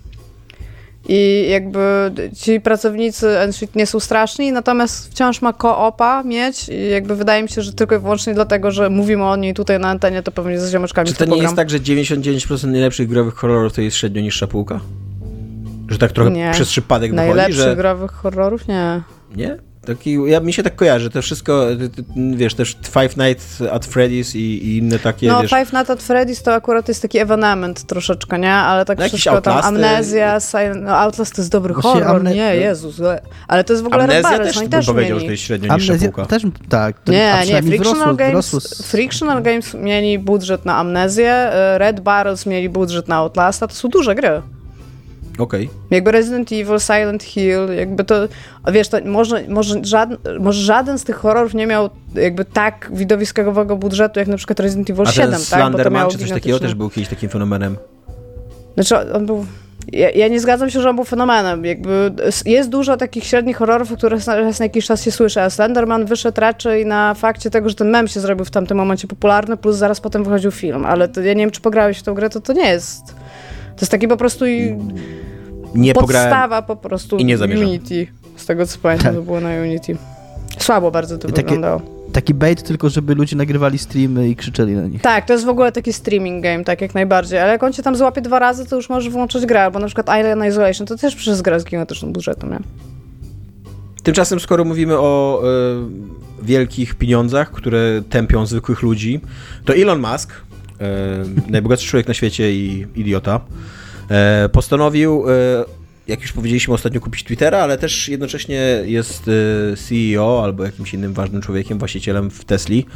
I jakby ci pracownicy Enshit nie są straszni, natomiast wciąż ma ko-opa mieć i jakby wydaje mi się, że tylko i wyłącznie dlatego, że mówimy o niej tutaj na antenie, to pewnie z ziomeczkami. Czy to nie jest tak, że dziewięćdziesiąt dziewięć procent najlepszych growych horrorów to jest średnio niższa półka? Że tak trochę nie. Przez przypadek wychodzi, Najlepszych że... growych horrorów? Nie. Nie? Taki, ja, mi się tak kojarzy, to wszystko, wiesz, też Five Nights at Freddy's i, i inne takie, No, wiesz... Five Nights at Freddy's to akurat jest taki ewenement troszeczkę, nie? Ale tak no, wszystko tam, Amnezja, Silent... no Outlast to jest dobry Właśnie horror, amne... nie, Jezus, ale to jest w ogóle Amnezja Red też, oni bym też powiedział, mieli. że to jest średnio niższa Amnezja półka. też, tak. To, nie, nie, Frictional, wrosło, Games, wrosło... Frictional Games mieli budżet na Amnezję, Red Barrels mieli budżet na Outlasta, to są duże gry. Okej. Okay. Jakby Resident Evil, Silent Hill, jakby to, wiesz, to może, może, żaden, może żaden z tych horrorów nie miał jakby tak widowiskowego budżetu, jak na przykład Resident Evil A siedem, tak? Bo to miało czy coś takiego też był kiedyś takim fenomenem? Znaczy, on był... Ja, ja nie zgadzam się, że on był fenomenem. Jakby jest dużo takich średnich horrorów, o których raz na jakiś czas się słyszy, a Slenderman wyszedł raczej na fakcie tego, że ten mem się zrobił w tamtym momencie popularny, plus zaraz potem wychodził film, ale to, ja nie wiem, czy pograłeś w tę grę, to to nie jest... To jest taki po prostu i... nie podstawa po prostu i nie zamierzam. Unity. Z tego co pamiętam, to było na Unity. Słabo bardzo to I wyglądało. Taki, taki bait tylko, żeby ludzie nagrywali streamy i krzyczeli na nich. Tak, to jest w ogóle taki streaming game, tak jak najbardziej, ale jak on cię tam złapie dwa razy, to już możesz włączyć grę, albo na przykład Alien Isolation, to też przez grę z gigantycznym budżetem, nie? Tymczasem, skoro mówimy o y, wielkich pieniądzach, które tępią zwykłych ludzi, to Elon Musk, y, najbogatszy człowiek na świecie i idiota, y, postanowił, y, jak już powiedzieliśmy ostatnio, kupić Twittera, ale też jednocześnie jest y, C E O albo jakimś innym ważnym człowiekiem, właścicielem w Tesli. Y,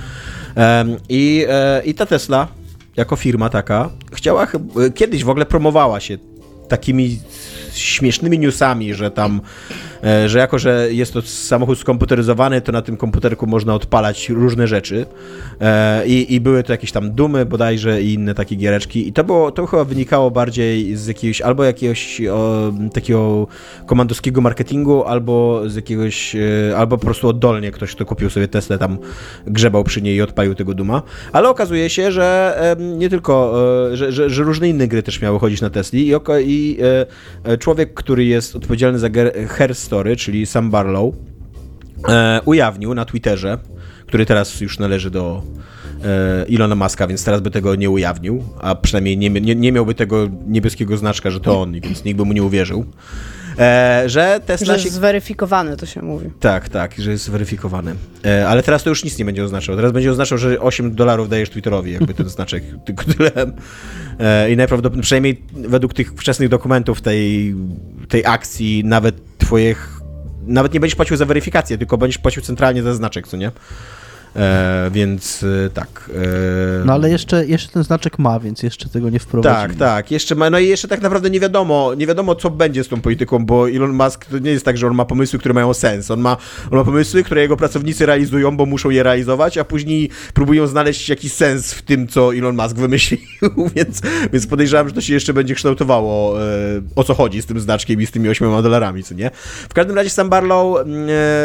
i, y, I ta Tesla, jako firma taka, chciała, kiedyś w ogóle promowała się takimi śmiesznymi newsami, że tam, że jako, że jest to samochód skomputeryzowany, to na tym komputerku można odpalać różne rzeczy i, i były to jakieś tam Dumy bodajże i inne takie giereczki i to było, to chyba wynikało bardziej z jakiegoś, albo jakiegoś o, takiego komandowskiego marketingu, albo z jakiegoś, albo po prostu oddolnie ktoś, kto kupił sobie Teslę, tam grzebał przy niej i odpalił tego Duma, ale okazuje się, że nie tylko, że, że, że różne inne gry też miały chodzić na Tesli i, i człowiek, który jest odpowiedzialny za Her Story, czyli Sam Barlow, e, ujawnił na Twitterze, który teraz już należy do e, Elona Muska, więc teraz by tego nie ujawnił, a przynajmniej nie, nie, nie miałby tego niebieskiego znaczka, że to on, więc nikt by mu nie uwierzył. E, że Tesla że jest się... zweryfikowany, to się mówi. Tak, tak, że jest zweryfikowany. E, ale teraz to już nic nie będzie oznaczał. Teraz będzie oznaczał, że osiem dolarów dajesz Twitterowi, jakby ten znaczek, tylko tyle. E, I najprawdopodobniej, przynajmniej według tych wczesnych dokumentów tej, tej akcji, nawet twoich, nawet nie będziesz płacił za weryfikację, tylko będziesz płacił centralnie za znaczek, co nie? E, więc e, tak. E, No ale jeszcze, jeszcze ten znaczek ma, więc jeszcze tego nie wprowadzili. Tak, tak. Jeszcze ma, no i jeszcze tak naprawdę nie wiadomo, nie wiadomo, co będzie z tą polityką, bo Elon Musk to nie jest tak, że on ma pomysły, które mają sens. On ma, on ma pomysły, które jego pracownicy realizują, bo muszą je realizować, a później próbują znaleźć jakiś sens w tym, co Elon Musk wymyślił, więc, więc podejrzewam, że to się jeszcze będzie kształtowało, e, o co chodzi z tym znaczkiem i z tymi ośmioma dolarami, co nie? W każdym razie Sam Barlow e, e,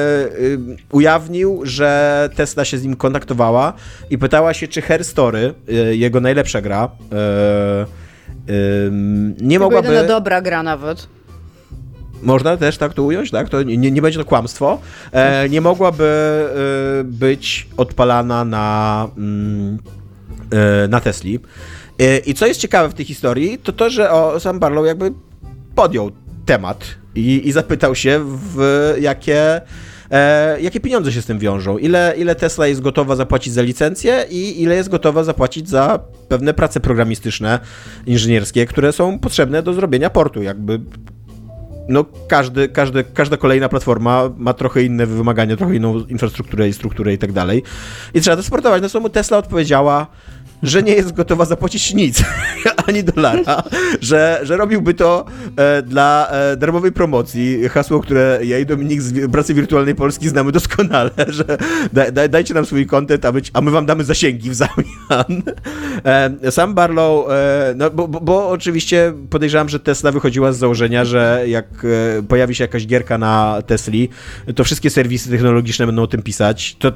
ujawnił, że Tesla się z nim kontaktowała i pytała się, czy Her Story, e, jego najlepsza gra, e, e, nie Tylko mogłaby... jedyna dobra gra nawet. Można też tak to ująć, tak? To nie, nie będzie to kłamstwo. E, nie mogłaby e, być odpalana na, mm, e, na Tesli. E, I co jest ciekawe w tej historii, to to, że o, Sam Barlow jakby podjął temat i, i zapytał się, w jakie, e, jakie pieniądze się z tym wiążą. Ile, ile Tesla jest gotowa zapłacić za licencję i ile jest gotowa zapłacić za pewne prace programistyczne, inżynierskie, które są potrzebne do zrobienia portu. Jakby no każdy, każdy, każda kolejna platforma ma trochę inne wymagania, trochę inną infrastrukturę i strukturę i tak dalej. I trzeba to sportować. Na co mu Tesla odpowiedziała, że nie jest gotowa zapłacić nic, ani dolara, że, że robiłby to e, dla e, darmowej promocji. Hasło, które ja i Dominik z Pracy Wirtualnej Polski znamy doskonale, że da, da, dajcie nam swój content, a my, a my wam damy zasięgi w zamian. E, Sam Barlow, e, no bo, bo, bo oczywiście podejrzewam, że Tesla wychodziła z założenia, że jak e, pojawi się jakaś gierka na Tesli, to wszystkie serwisy technologiczne będą o tym pisać. To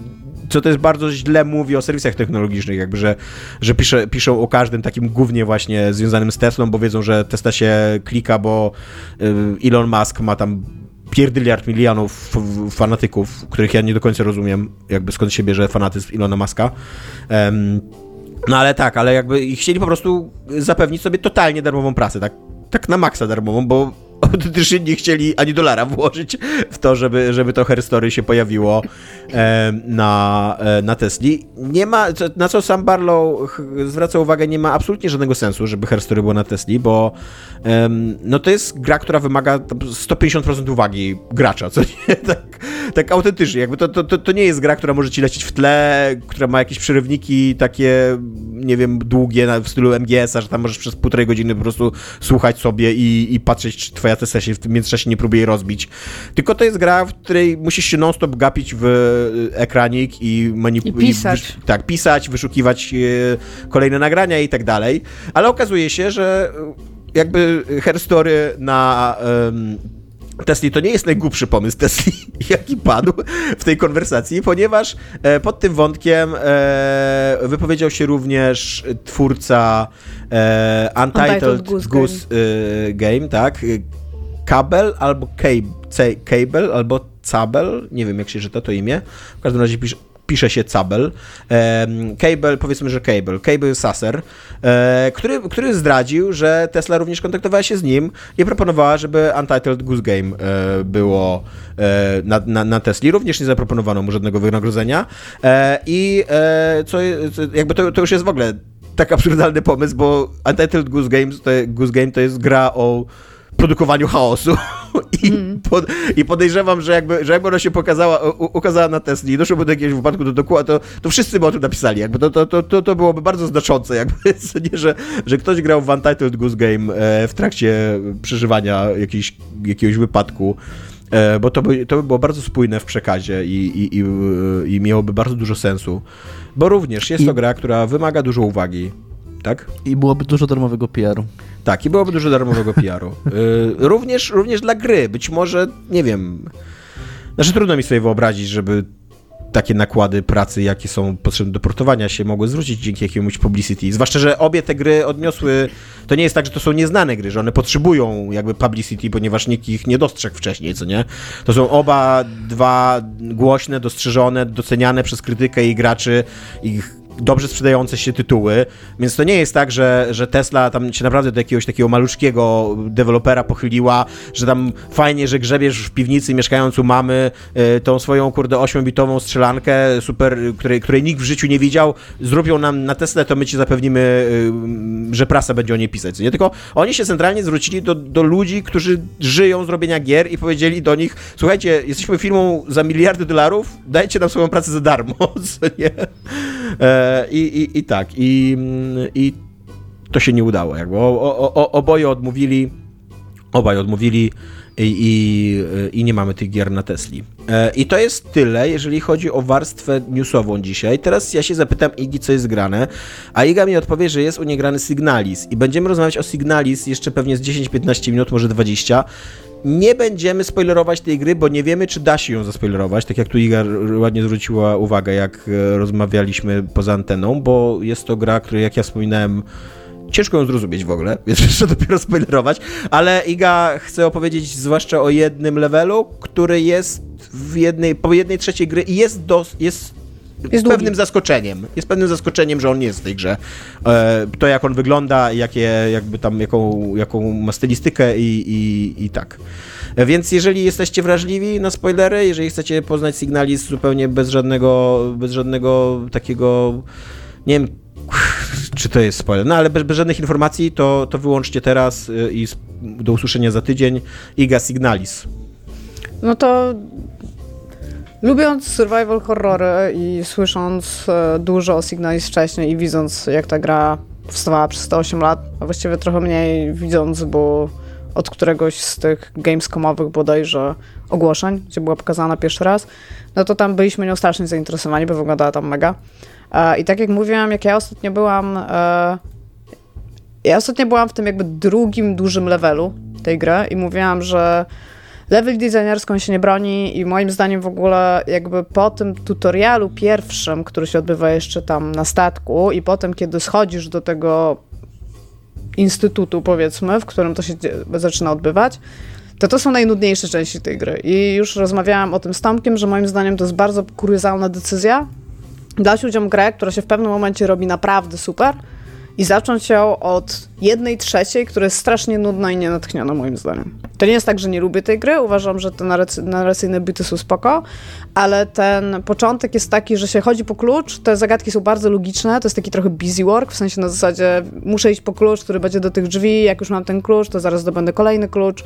co to jest bardzo źle mówi o serwisach technologicznych, jakby, że, że pisze, piszą o każdym takim głównie właśnie związanym z Teslą, bo wiedzą, że Tesla się klika, bo Elon Musk ma tam pierdyliard milionów fanatyków, których ja nie do końca rozumiem, jakby skąd się bierze fanatyzm Elona Muska. Um, no ale tak, ale jakby chcieli po prostu zapewnić sobie totalnie darmową pracę, tak, tak na maksa darmową, bo autentycznie nie chcieli ani dolara włożyć w to, żeby, żeby to Her Story się pojawiło e, na, e, na Tesli. Nie ma, na co Sam Barlow zwraca uwagę, nie ma absolutnie żadnego sensu, żeby Her Story było na Tesli, bo e, no to jest gra, która wymaga sto pięćdziesiąt procent uwagi gracza, co nie? Tak, tak autentycznie. Jakby to, to, to nie jest gra, która może ci lecieć w tle, która ma jakieś przerywniki takie, nie wiem, długie w stylu M G S-a, że tam możesz przez półtorej godziny po prostu słuchać sobie i, i patrzeć, czy twoja Tesla się w tym międzyczasie nie próbuje rozbić. Tylko to jest gra, w której musisz się non-stop gapić w ekranik i manipulować. I pisać. Tak, pisać, wyszukiwać kolejne nagrania i tak dalej. Ale okazuje się, że jakby Her Story na um, Tesli to nie jest najgłupszy pomysł Tesli, jaki padł w tej konwersacji, ponieważ e, pod tym wątkiem e, wypowiedział się również twórca e, Untitled, Untitled Goose, Goose Game. Game, tak? Kabel albo Cable, Cable albo Cabel, nie wiem jak się czyta to imię, w każdym razie pisze pisze się Cabel. Cable, powiedzmy, że Cable. Cable Sasser, który, który zdradził, że Tesla również kontaktowała się z nim i proponowała, żeby Untitled Goose Game było na, na, na Tesli. Również nie zaproponowano mu żadnego wynagrodzenia. I co, jakby to, to już jest w ogóle tak absurdalny pomysł, bo Untitled Goose Game to, Goose Game to jest gra o produkowaniu chaosu I, mm. pod, i podejrzewam, że jakby, że jakby ona się pokazała, u, ukazała na Tesli i doszłoby do jakiegoś wypadku do dokładu, to, to wszyscy by o tym napisali, jakby to, to, to, to byłoby bardzo znaczące, jakby, nie, że, że ktoś grał w Untitled Goose Game w trakcie przeżywania jakiejś, jakiegoś wypadku, bo to by, to by było bardzo spójne w przekazie i, i, i, i miałoby bardzo dużo sensu, bo również jest to gra, która wymaga dużo uwagi. Tak? I byłoby dużo darmowego P R u. Tak, i byłoby dużo darmowego P R u. Yy, również, również dla gry. Być może, nie wiem, znaczy trudno mi sobie wyobrazić, żeby takie nakłady pracy, jakie są potrzebne do portowania się, mogły zwrócić dzięki jakiemuś publicity. Zwłaszcza, że obie te gry odniosły, to nie jest tak, że to są nieznane gry, że one potrzebują jakby publicity, ponieważ nikt ich nie dostrzegł wcześniej, co nie? To są oba dwa głośne, dostrzeżone, doceniane przez krytykę i graczy, ich dobrze sprzedające się tytuły, więc to nie jest tak, że, że Tesla tam się naprawdę do jakiegoś takiego maluczkiego dewelopera pochyliła, że tam fajnie, że grzebiesz w piwnicy mieszkając u mamy y, tą swoją, kurde, ośmiobitową strzelankę, super, której, której nikt w życiu nie widział, zrób ją nam na Teslę, to my ci zapewnimy, y, że prasa będzie o niej pisać. Nie? Tylko oni się centralnie zwrócili do, do ludzi, którzy żyją z robienia gier i powiedzieli do nich, słuchajcie, jesteśmy firmą za miliardy dolarów, dajcie nam swoją pracę za darmo, co nie? E, i, i, I tak, i, i to się nie udało, jakby o, o, o, oboje odmówili, obaj odmówili i, i, i nie mamy tych gier na Tesli. E, I to jest tyle, jeżeli chodzi o warstwę newsową dzisiaj. Teraz ja się zapytam Igi, co jest grane, a Iga mi odpowie, że jest u niej grany Signalis i będziemy rozmawiać o Signalis jeszcze pewnie z dziesięć piętnaście minut, może dwadzieścia. Nie będziemy spoilerować tej gry, bo nie wiemy, czy da się ją zaspoilerować, tak jak tu Iga ładnie zwróciła uwagę, jak rozmawialiśmy poza anteną, bo jest to gra, której, jak ja wspominałem, ciężko ją zrozumieć w ogóle, więc jeszcze dopiero spoilerować, ale Iga chce opowiedzieć zwłaszcza o jednym levelu, który jest w jednej, po jednej trzeciej gry i jest, dos, jest Jest pewnym długi. zaskoczeniem. Jest pewnym zaskoczeniem, że on nie jest w tej grze. E, to, jak on wygląda, jakie, jakby tam, jaką, jaką ma stylistykę i, i, i tak. E, więc jeżeli jesteście wrażliwi na spoilery, jeżeli chcecie poznać Signalis zupełnie bez żadnego, bez żadnego takiego, nie wiem, czy to jest spoiler, no ale bez, bez żadnych informacji, to, to wyłączcie teraz i do usłyszenia za tydzień. Iga, Signalis. No to lubiąc survival horrory i słysząc dużo o Signalis wcześniej i widząc, jak ta gra powstawała przez te osiem lat, a właściwie trochę mniej widząc, bo od któregoś z tych gamescomowych bodajże ogłoszeń, gdzie była pokazana pierwszy raz, no to tam byliśmy nią strasznie zainteresowani, bo wyglądała tam mega. I tak jak mówiłam, jak ja ostatnio byłam, ja ostatnio byłam w tym jakby drugim dużym levelu tej gry i mówiłam, że level designerską się nie broni i moim zdaniem w ogóle jakby po tym tutorialu pierwszym, który się odbywa jeszcze tam na statku i potem, kiedy schodzisz do tego instytutu, powiedzmy, w którym to się zaczyna odbywać, to to są najnudniejsze części tej gry. I już rozmawiałam o tym z Tomkiem, że moim zdaniem to jest bardzo kuriozalna decyzja dać ludziom grę, która się w pewnym momencie robi naprawdę super i zacząć ją od jednej trzeciej, która jest strasznie nudna i nienatchniona moim zdaniem. To nie jest tak, że nie lubię tej gry, uważam, że te narracyjne bity są spoko, ale ten początek jest taki, że się chodzi po klucz, te zagadki są bardzo logiczne, to jest taki trochę busy work, w sensie na zasadzie muszę iść po klucz, który będzie do tych drzwi, jak już mam ten klucz, to zaraz zdobędę kolejny klucz.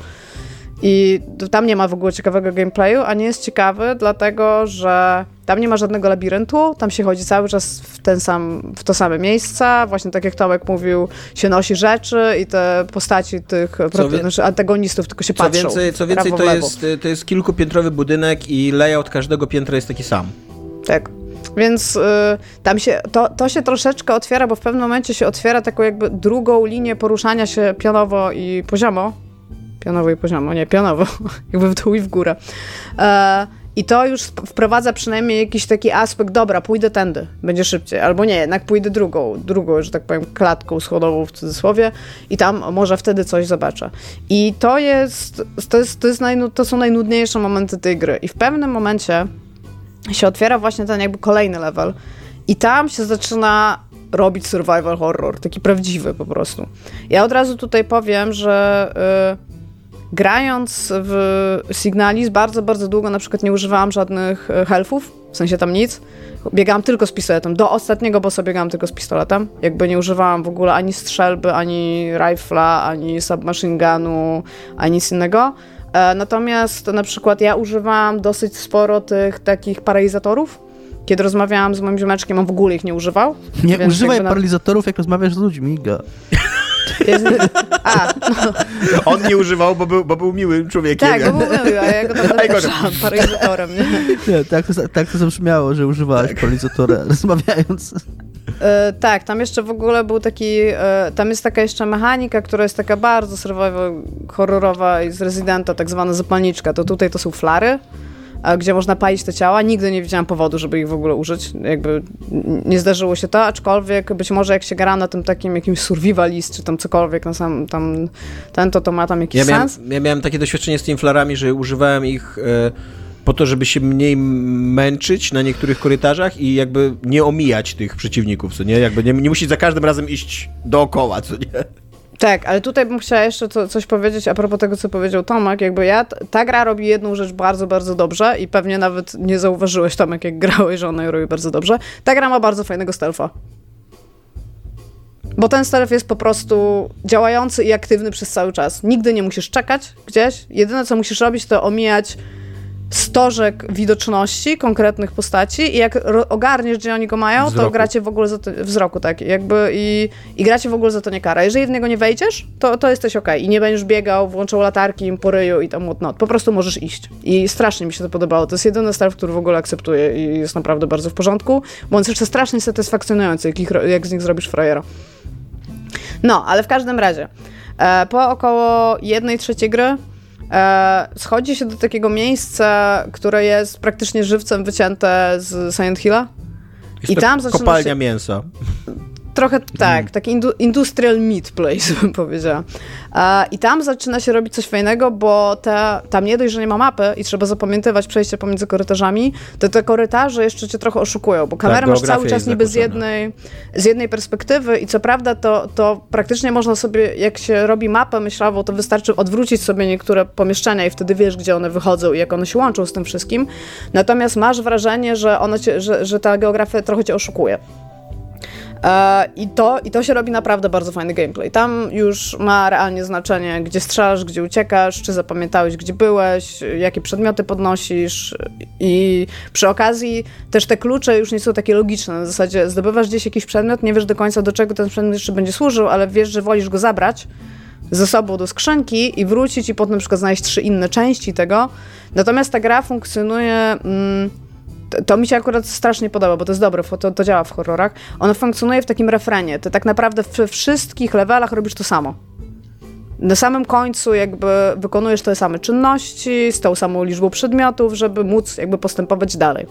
I tam nie ma w ogóle ciekawego gameplayu, a nie jest ciekawy, dlatego że tam nie ma żadnego labiryntu, tam się chodzi cały czas w, ten sam, w to same miejsca, właśnie tak jak Tomek mówił, się nosi rzeczy i te postaci tych proty, wie... znaczy antagonistów tylko się co patrzą. Więcej, co więcej, to jest, to jest kilkupiętrowy budynek i layout każdego piętra jest taki sam. Tak. Więc y, tam się, to, to się troszeczkę otwiera, bo w pewnym momencie się otwiera taką jakby drugą linię poruszania się pionowo i poziomo. Pionowo i poziomo, nie, pionowo, jakby w dół i w górę. E, I to już wprowadza przynajmniej jakiś taki aspekt, dobra, pójdę tędy, będzie szybciej, albo nie, jednak pójdę drugą, drugą, że tak powiem, klatką schodową w cudzysłowie i tam może wtedy coś zobaczę. I to jest, to, jest, to, jest najnu, to są najnudniejsze momenty tej gry. I w pewnym momencie się otwiera właśnie ten jakby kolejny level i tam się zaczyna robić survival horror, taki prawdziwy po prostu. Ja od razu tutaj powiem, że yy, grając w Signalis bardzo, bardzo długo na przykład nie używałam żadnych healthów, w sensie tam nic. Biegałam tylko z pistoletem. Do ostatniego bossa biegałam tylko z pistoletem. Jakby nie używałam w ogóle ani strzelby, ani rifla, ani submachine gunu, ani nic innego. E, natomiast na przykład ja używałam dosyć sporo tych takich paralizatorów. Kiedy rozmawiałam z moim ziomeczkiem, on w ogóle ich nie używał. Nie używaj paralizatorów, jak rozmawiasz z ludźmi, Iga. Jest... A, no. On nie używał, bo był, bo był miłym człowiekiem. Tak, bo był miły, a ja go tam napiszałam paralizatorem. Nie? Nie, tak, to, tak to zabrzmiało, że używałaś tak. paralizatora rozmawiając. E, tak, tam jeszcze w ogóle był taki, e, tam jest taka jeszcze mechanika, która jest taka bardzo survival horrorowa i z Residenta, tak zwana zapalniczka. To tutaj to są flary, gdzie można palić te ciała. Nigdy nie widziałam powodu, żeby ich w ogóle użyć. Jakby nie zdarzyło się to, aczkolwiek być może jak się gra na tym takim jakimś survivalist, czy tam cokolwiek, na sam tam ten, to to ma tam jakiś ja miałem, sens. Ja miałem takie doświadczenie z tymi flarami, że używałem ich e, po to, żeby się mniej męczyć na niektórych korytarzach i jakby nie omijać tych przeciwników, co nie? Jakby nie, nie musisz za każdym razem iść dookoła, co nie? Tak, ale tutaj bym chciała jeszcze co, coś powiedzieć a propos tego, co powiedział Tomek. Jakby ja, ta gra robi jedną rzecz bardzo, bardzo dobrze i pewnie nawet nie zauważyłeś, Tomek, jak grałeś, że ona ją robi bardzo dobrze. Ta gra ma bardzo fajnego stealtha. Bo ten stealth jest po prostu działający i aktywny przez cały czas. Nigdy nie musisz czekać gdzieś. Jedyne, co musisz robić, to omijać stożek widoczności konkretnych postaci i jak ro- ogarniesz, gdzie oni go mają, wzroku. to gracie w ogóle za to, wzroku, tak, jakby i, i gracie w ogóle za to nie kara. Jeżeli w niego nie wejdziesz, to, to jesteś okej. Okay. I nie będziesz biegał, włączał latarki im po ryju i tam whatnot. Po prostu możesz iść. I strasznie mi się to podobało. To jest jedyny stealth, który w ogóle akceptuję i jest naprawdę bardzo w porządku, bo on jest jeszcze strasznie satysfakcjonujący, jak, ich, jak z nich zrobisz frajera. No, ale w każdym razie, e, po około jednej trzeciej gry e, schodzi się do takiego miejsca, które jest praktycznie żywcem wycięte z Silent Hilla. Jest I to tam zaczyna kopalnia się... mięsa. Trochę tak, taki indu- industrial meat place, bym powiedziała. E, I tam zaczyna się robić coś fajnego, bo te, tam nie dość, że nie ma mapy i trzeba zapamiętywać przejście pomiędzy korytarzami, to te korytarze jeszcze cię trochę oszukują, bo kamerę tak, masz cały czas niby z zakłócona. jednej, z jednej perspektywy i co prawda to, to praktycznie można sobie, jak się robi mapę myślową, to wystarczy odwrócić sobie niektóre pomieszczenia i wtedy wiesz, gdzie one wychodzą i jak one się łączą z tym wszystkim. Natomiast masz wrażenie, że, ono cię, że, że ta geografia trochę cię oszukuje. I to, I to się robi naprawdę bardzo fajny gameplay. Tam już ma realnie znaczenie, gdzie strzelasz, gdzie uciekasz, czy zapamiętałeś, gdzie byłeś, jakie przedmioty podnosisz i przy okazji też te klucze już nie są takie logiczne. Na zasadzie zdobywasz gdzieś jakiś przedmiot, nie wiesz do końca, do czego ten przedmiot jeszcze będzie służył, ale wiesz, że wolisz go zabrać ze sobą do skrzynki i wrócić i potem na przykład znaleźć trzy inne części tego. Natomiast ta gra funkcjonuje... Mm, To mi się akurat strasznie podoba, bo to jest dobre, to, to działa w horrorach. Ono funkcjonuje w takim refrenie. Ty tak naprawdę we wszystkich levelach robisz to samo. Na samym końcu jakby wykonujesz te same czynności, z tą samą liczbą przedmiotów, żeby móc jakby postępować dalej.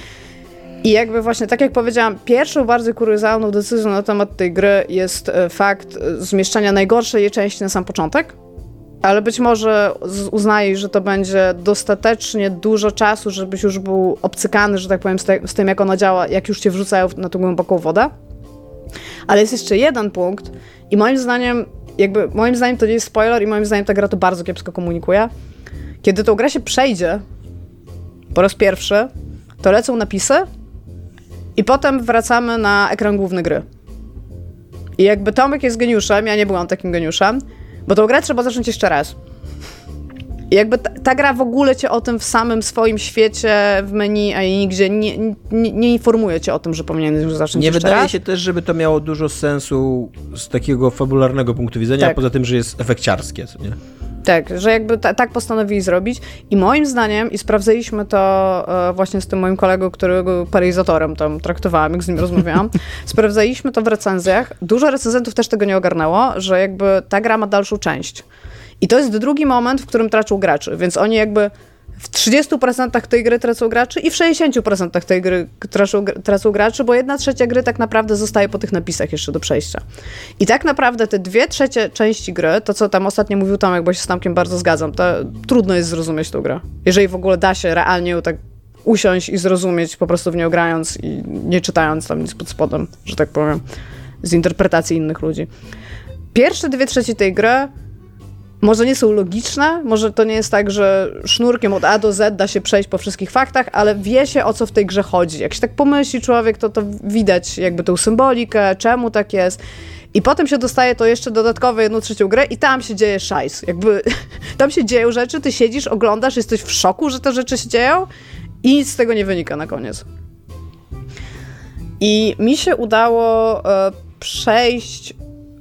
I jakby właśnie, tak jak powiedziałam, pierwszą bardzo kuriozalną decyzją na temat tej gry jest fakt zmieszczania najgorszej jej części na sam początek. Ale być może uznajesz, że to będzie dostatecznie dużo czasu, żebyś już był obcykany, że tak powiem, z, te, z tym, jak ona działa, jak już cię wrzucają na tą głęboką wodę. Ale jest jeszcze jeden punkt i moim zdaniem, jakby, moim zdaniem to nie jest spoiler i moim zdaniem ta gra to bardzo kiepsko komunikuje. Kiedy tą grę się przejdzie po raz pierwszy, to lecą napisy i potem wracamy na ekran główny gry. I jakby Tomek jest geniuszem, ja nie byłam takim geniuszem, bo tą grę trzeba zacząć jeszcze raz. I jakby ta, ta gra w ogóle cię o tym w samym swoim świecie, w menu, a nigdzie nie, nie, nie informuje cię o tym, że powinieneś już zacząć Nie jeszcze wydaje raz. się też, żeby to miało dużo sensu z takiego fabularnego punktu widzenia, Tak. poza tym, że jest efekciarskie, co nie? Tak, że jakby ta, tak postanowili zrobić i moim zdaniem, i sprawdzaliśmy to e, właśnie z tym moim kolegą, którego paralizatorem tam traktowałam, jak z nim rozmawiałam, sprawdzaliśmy to w recenzjach. Dużo recenzentów też tego nie ogarnęło, że jakby ta gra ma dalszą część. I to jest drugi moment, w którym tracą graczy, więc oni jakby w trzydziestu procentach tej gry tracą graczy i w sześćdziesięciu procentach tej gry tracą, tracą graczy, bo jedna trzecia gry tak naprawdę zostaje po tych napisach jeszcze do przejścia. I tak naprawdę te dwie trzecie części gry, to co tam ostatnio mówił Tomek, bo się z Tomkiem bardzo zgadzam, to trudno jest zrozumieć tą grę. Jeżeli w ogóle da się realnie ją tak usiąść i zrozumieć, po prostu w nią grając i nie czytając tam nic pod spodem, że tak powiem, z interpretacji innych ludzi. Pierwsze dwie trzecie tej gry może nie są logiczne, może to nie jest tak, że sznurkiem od A do Z da się przejść po wszystkich faktach, ale wie się, o co w tej grze chodzi. Jak się tak pomyśli człowiek, to to widać jakby tą symbolikę, czemu tak jest. I potem się dostaje to jeszcze dodatkowe jedną trzecią grę i tam się dzieje szajs. Jakby tam się dzieją rzeczy, ty siedzisz, oglądasz, jesteś w szoku, że te rzeczy się dzieją i nic z tego nie wynika na koniec. I mi się udało e, przejść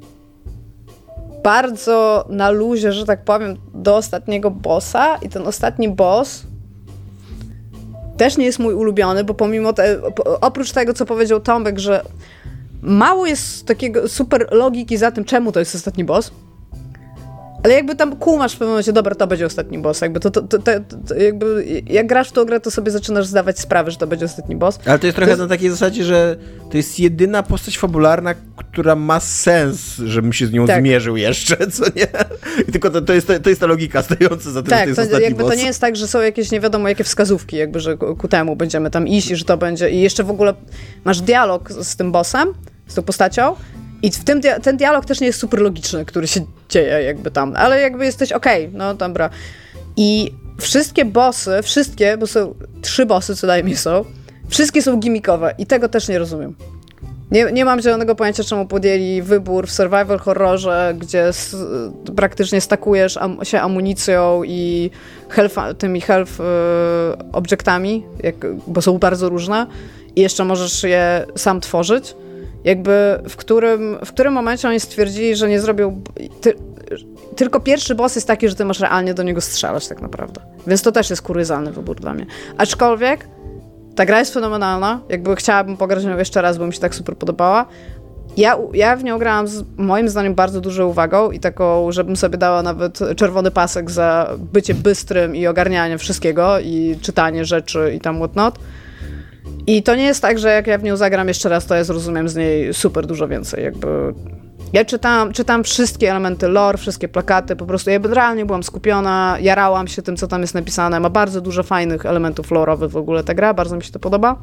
bardzo na luzie, że tak powiem, do ostatniego bossa i ten ostatni boss też nie jest mój ulubiony, bo pomimo te, oprócz tego, co powiedział Tomek, że mało jest takiego super logiki za tym, czemu to jest ostatni boss, Ale jakby tam kumasz w pewnym momencie, dobra, to będzie ostatni boss. Jakby to, to, to, to, to jakby jak grasz w tą grę, to sobie zaczynasz zdawać sprawę, że to będzie ostatni boss. Ale to jest trochę to jest... na takiej zasadzie, że to jest jedyna postać fabularna, która ma sens, żebym się z nią tak. zmierzył jeszcze, co nie? I tylko to, to, jest, to jest ta logika stojąca za tym, tak, że to jest to, ostatni jakby boss. To nie jest tak, że są jakieś nie wiadomo jakie wskazówki, jakby, że ku temu będziemy tam iść i że to będzie. I jeszcze w ogóle masz dialog z tym bossem, z tą postacią. I w tym dia- ten dialog też nie jest super logiczny, który się dzieje jakby tam, ale jakby jesteś okej, okay, no dobra. I wszystkie bossy, wszystkie, bo są trzy bossy co najmniej są, wszystkie są gimmickowe i tego też nie rozumiem. Nie, nie mam zielonego pojęcia, czemu podjęli wybór w survival horrorze, gdzie s- praktycznie stakujesz am- się amunicją i health, tymi health y- obiektami, jak, bo są bardzo różne i jeszcze możesz je sam tworzyć. Jakby w którym, w którym momencie oni stwierdzili, że nie zrobią... Ty, tylko pierwszy boss jest taki, że ty masz realnie do niego strzelać tak naprawdę. Więc to też jest kuryzalny wybór dla mnie. Aczkolwiek ta gra jest fenomenalna. Jakby chciałabym pograć w nią jeszcze raz, bo mi się tak super podobała. Ja, ja w nią grałam z moim zdaniem bardzo dużą uwagą i taką, żebym sobie dała nawet czerwony pasek za bycie bystrym i ogarnianie wszystkiego i czytanie rzeczy i tam whatnot. I to nie jest tak, że jak ja w nią zagram jeszcze raz, to ja zrozumiem z niej super dużo więcej. Jakby ja czytałam, czytałam wszystkie elementy lore, wszystkie plakaty, po prostu ja realnie byłam skupiona, jarałam się tym, co tam jest napisane. Ma bardzo dużo fajnych elementów lore'owych w ogóle ta gra, bardzo mi się to podoba.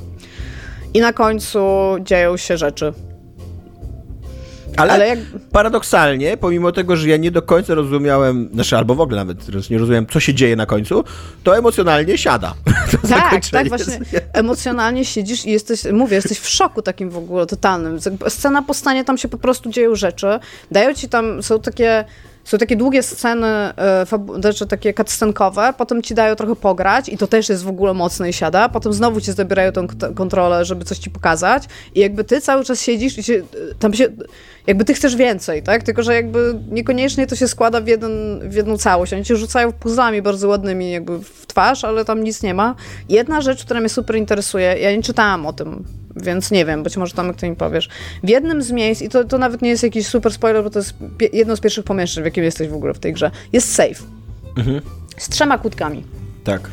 I na końcu dzieją się rzeczy. Ale, Ale jak... paradoksalnie, pomimo tego, że ja nie do końca rozumiałem, znaczy albo w ogóle nawet nie rozumiałem, co się dzieje na końcu, to emocjonalnie siada. To tak, tak, właśnie emocjonalnie siedzisz i jesteś, mówię, jesteś w szoku takim w ogóle totalnym. Scena po scenie, tam się po prostu dzieją rzeczy. Dają ci tam, są takie... Są takie długie sceny, fabu- znaczy takie cutscenkowe, potem ci dają trochę pograć i to też jest w ogóle mocne i siada, potem znowu ci zabierają tą k- kontrolę, żeby coś ci pokazać i jakby ty cały czas siedzisz i się, tam się, jakby ty chcesz więcej, tak? Tylko, że jakby niekoniecznie to się składa w, jeden, w jedną całość. Oni cię rzucają puzzlami bardzo ładnymi jakby w twarz, ale tam nic nie ma. Jedna rzecz, która mnie super interesuje, ja nie czytałam o tym, więc nie wiem, być może tam ty mi powiesz. W jednym z miejsc, i to, to nawet nie jest jakiś super spoiler, bo to jest pie- jedno z pierwszych pomieszczeń, w jakim jesteś w ogóle w tej grze, jest safe. Mhm. Z trzema kłódkami. Tak.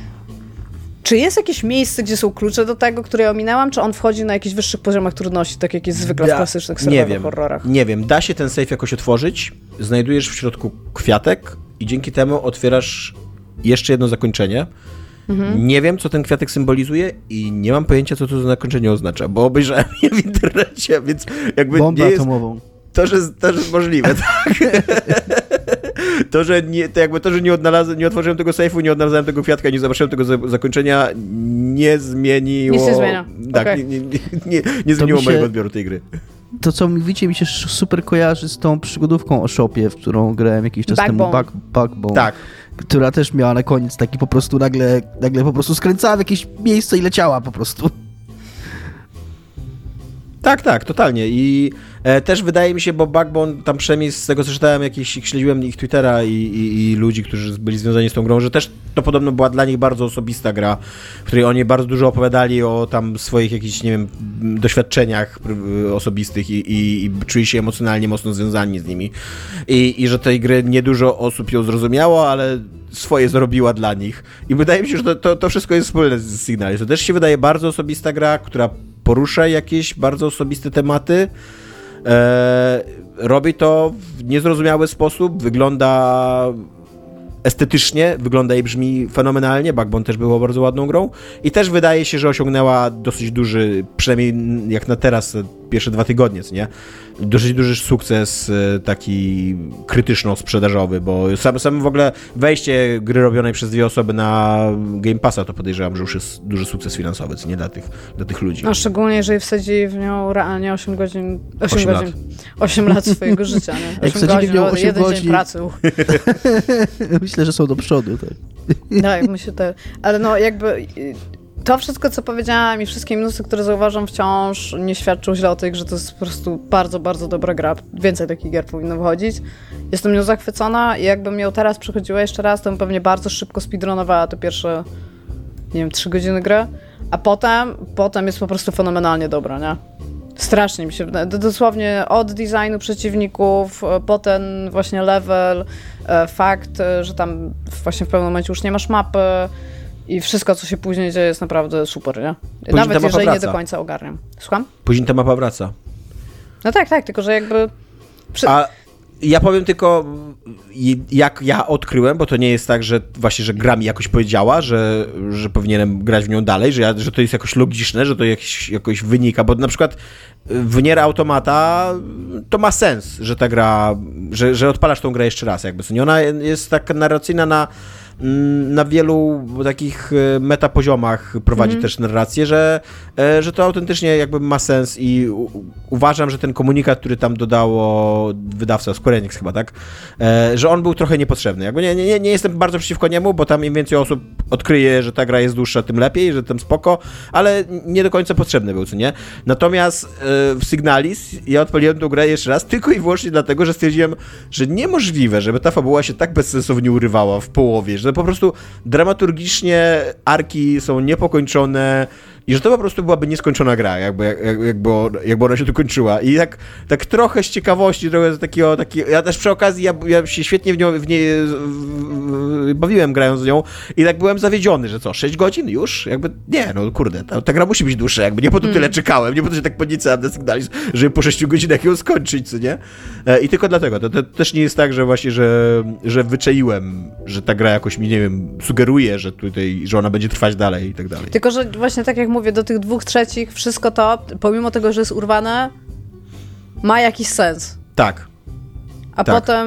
Czy jest jakieś miejsce, gdzie są klucze do tego, które ja ominęłam, czy on wchodzi na jakichś wyższych poziomach trudności, tak jak jest zwykle da, w klasycznych survival horrorach? Nie wiem, da się ten safe jakoś otworzyć, znajdujesz w środku kwiatek i dzięki temu otwierasz jeszcze jedno zakończenie. Mhm. Nie wiem, co ten kwiatek symbolizuje i nie mam pojęcia, co to zakończenie oznacza, bo obejrzałem je w internecie, więc jakby Bombę nie jest... atomową. To, że, to, że jest możliwe, tak. To, że nie, to jakby to, że nie, odnalazłem, nie otworzyłem tego sejfu, nie odnalazłem tego kwiatka, nie zobaczyłem tego za, zakończenia, nie zmieniło... Nic nie zmienia. Tak, okay. nie, nie, nie, nie zmieniło się, mojego odbioru tej gry. To, co mówicie, mi się super kojarzy z tą przygodówką o Shopie, w którą grałem jakiś czas Backbone. temu. Back, Backbone. Tak. Która też miała na koniec taki po prostu nagle, nagle po prostu skręcała w jakieś miejsce i leciała po prostu. Tak, tak, totalnie. I e, też wydaje mi się, bo Backbone, tam przynajmniej z tego, co czytałem, jakieś, śledziłem ich Twittera i, i, i ludzi, którzy byli związani z tą grą, że też to podobno była dla nich bardzo osobista gra, w której oni bardzo dużo opowiadali o tam swoich jakichś, nie wiem, doświadczeniach osobistych i, i, i czuli się emocjonalnie mocno związani z nimi. I, i że tej gry niedużo osób ją zrozumiało, ale swoje zrobiła dla nich. I wydaje mi się, że to, to, to wszystko jest wspólne z Signalis. To też się wydaje bardzo osobista gra, która porusza jakieś bardzo osobiste tematy. E, robi to w niezrozumiały sposób, wygląda estetycznie, wygląda i brzmi fenomenalnie. Backbone też było bardzo ładną grą i też wydaje się, że osiągnęła dosyć duży, przynajmniej jak na teraz, pierwsze dwa tygodnie, nie? Dosyć duży sukces taki krytyczno-sprzedażowy, bo sam, sam w ogóle wejście gry robionej przez dwie osoby na Game Passa to podejrzewam, że już jest duży sukces finansowy, nie dla tych, dla tych ludzi. No szczególnie, jeżeli wsadzili w nią realnie osiem godzin, osiem, osiem godzin, lat. osiem lat swojego życia, nie? Jak wsadzili w nią osiem jeden godzin... dzień pracy. Myślę, że są do przodu, tak. Tak, myślę też. Ale no jakby to wszystko, co powiedziałam i wszystkie minusy, które zauważam, wciąż nie świadczą źle o tych, że to jest po prostu bardzo, bardzo dobra gra. Więcej takich gier powinno wychodzić. Jestem nią zachwycona i jakbym ją teraz przechodziła jeszcze raz, to bym pewnie bardzo szybko speedrunowała te pierwsze, nie wiem, trzy godziny gry, a potem, potem jest po prostu fenomenalnie dobra, nie? Strasznie mi się wydaje. Dosłownie od designu przeciwników, po ten właśnie level, fakt, że tam właśnie w pewnym momencie już nie masz mapy i wszystko, co się później dzieje, jest naprawdę super, nie? Później Nawet jeżeli wraca. nie do końca ogarniam. Słucham? Później ta mapa wraca. No tak, tak, tylko że jakby... Przy... A ja powiem tylko, jak ja odkryłem, bo to nie jest tak, że właśnie, że gra mi jakoś powiedziała, że, że powinienem grać w nią dalej, że, ja, że to jest jakoś logiczne, że to jakoś, jakoś wynika, bo na przykład w Nier Automata to ma sens, że ta gra, że, że odpalasz tą grę jeszcze raz, jakby. Nie? Ona jest taka narracyjna na na wielu takich metapoziomach prowadzi mm-hmm. też narrację, że, że to autentycznie jakby ma sens i u, uważam, że ten komunikat, który tam dodało wydawca Square Enix chyba, tak, że on był trochę niepotrzebny. Jakby nie, nie, nie jestem bardzo przeciwko niemu, bo tam im więcej osób odkryje, że ta gra jest dłuższa, tym lepiej, że tam spoko, ale nie do końca potrzebny był, co nie? Natomiast w Signalis ja odpaliłem tę grę jeszcze raz tylko i wyłącznie dlatego, że stwierdziłem, że niemożliwe, żeby ta fabuła się tak bezsensownie urywała w połowie, że po prostu dramaturgicznie arki są niepokończone i że to po prostu byłaby nieskończona gra, jakby, jak, jakby, jakby ona się tu kończyła. I tak, tak trochę z ciekawości, trochę z takiego, takiego... Ja też przy okazji, ja, ja się świetnie w, nią, w niej bawiłem grając z nią i tak byłem zawiedziony, że co, sześć godzin już? Jakby nie, no kurde, ta, ta gra musi być dłuższa, jakby nie po to tyle czekałem, nie po to się tak podniecałem na Signalis, żeby po sześciu godzinach ją skończyć, co nie? I tylko dlatego. To, to też nie jest tak, że właśnie, że, że wyczaiłem, że ta gra jakoś mi, nie wiem, sugeruje, że tutaj, że ona będzie trwać dalej i tak dalej. Tylko, że właśnie tak jak mówię, do tych dwóch trzecich wszystko to, pomimo tego, że jest urwane, ma jakiś sens. Tak. A tak. potem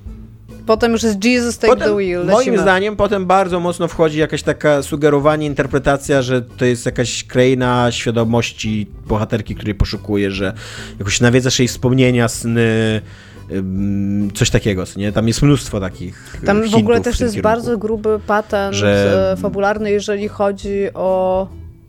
potem już jest Jesus take potem, the wheel. Moim lecimy. zdaniem potem bardzo mocno wchodzi jakaś taka sugerowanie, interpretacja, że to jest jakaś kraina świadomości bohaterki, której poszukuje, że jakoś nawiedzasz jej wspomnienia, sny, coś takiego, nie? Tam jest mnóstwo takich Tam w ogóle też w jest kierunku. bardzo gruby patent że... fabularny, jeżeli chodzi o...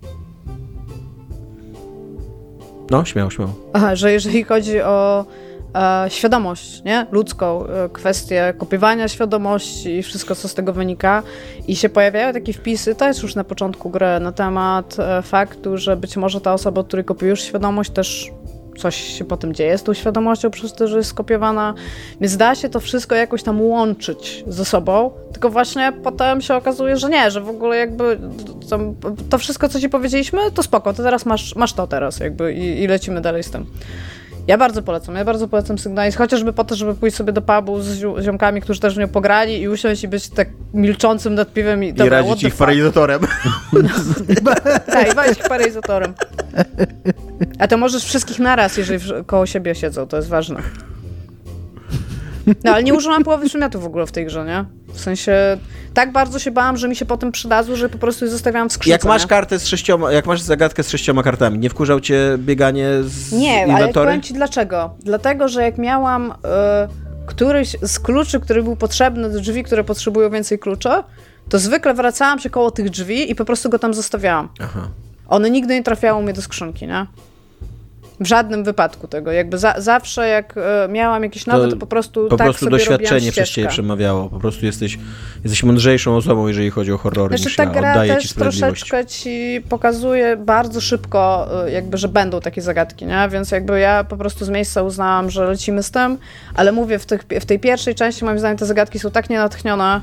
No, śmiało, śmiało. Aha, że jeżeli chodzi o e, świadomość, nie? Ludzką, e, kwestię kopiowania świadomości i wszystko, co z tego wynika. I się pojawiają takie wpisy, to jest już na początku gry, na temat e, faktu, że być może ta osoba, od której kopiujesz świadomość, też coś się potem dzieje z tą świadomością przez to, że jest skopiowana. Więc da się to wszystko jakoś tam łączyć ze sobą, tylko właśnie potem się okazuje, że nie, że w ogóle jakby to, to wszystko, co ci powiedzieliśmy, to spoko, to teraz masz, masz to teraz jakby i, i lecimy dalej z tym. Ja bardzo polecam, ja bardzo polecam Signalis, chociażby po to, żeby pójść sobie do pubu z ziu- ziomkami, którzy też w nią pograli i usiąść i być tak milczącym nad piwem i, dobra, I radzić ich paralizatorem. Tak, i bawić ich paralizatorem. A to możesz wszystkich naraz, jeżeli koło siebie siedzą, to jest ważne. No, ale nie użyłam połowy przedmiotów w ogóle w tej grze, nie? W sensie, tak bardzo się bałam, że mi się potem przydadzą, że po prostu je zostawiałam w skrzynce. Jak masz nie? kartę z sześcioma, jak masz zagadkę z sześcioma kartami, nie wkurzał cię bieganie z Nie, inwentory? ale powiem ci dlaczego. Dlatego, że jak miałam y, któryś z kluczy, który był potrzebny do drzwi, które potrzebują więcej kluczy, to zwykle wracałam się koło tych drzwi i po prostu go tam zostawiałam. Aha. One nigdy nie trafiały mnie do skrzynki, nie? W żadnym wypadku tego. Jakby za, zawsze jak e, miałam jakieś nowe, to, to po prostu po tak prostu sobie doświadczenie przez ścieżkę. ciebie przemawiało. Po prostu jesteś, jesteś mądrzejszą osobą, jeżeli chodzi o horrory, Znaczy niż ta ja. gra Oddaję ci też sprawiedliwość. troszeczkę ci pokazuje bardzo szybko, jakby, że będą takie zagadki, nie? Więc jakby ja po prostu z miejsca uznałam, że lecimy z tym, ale mówię, w, tych, w tej pierwszej części moim zdaniem te zagadki są tak nienatchnione.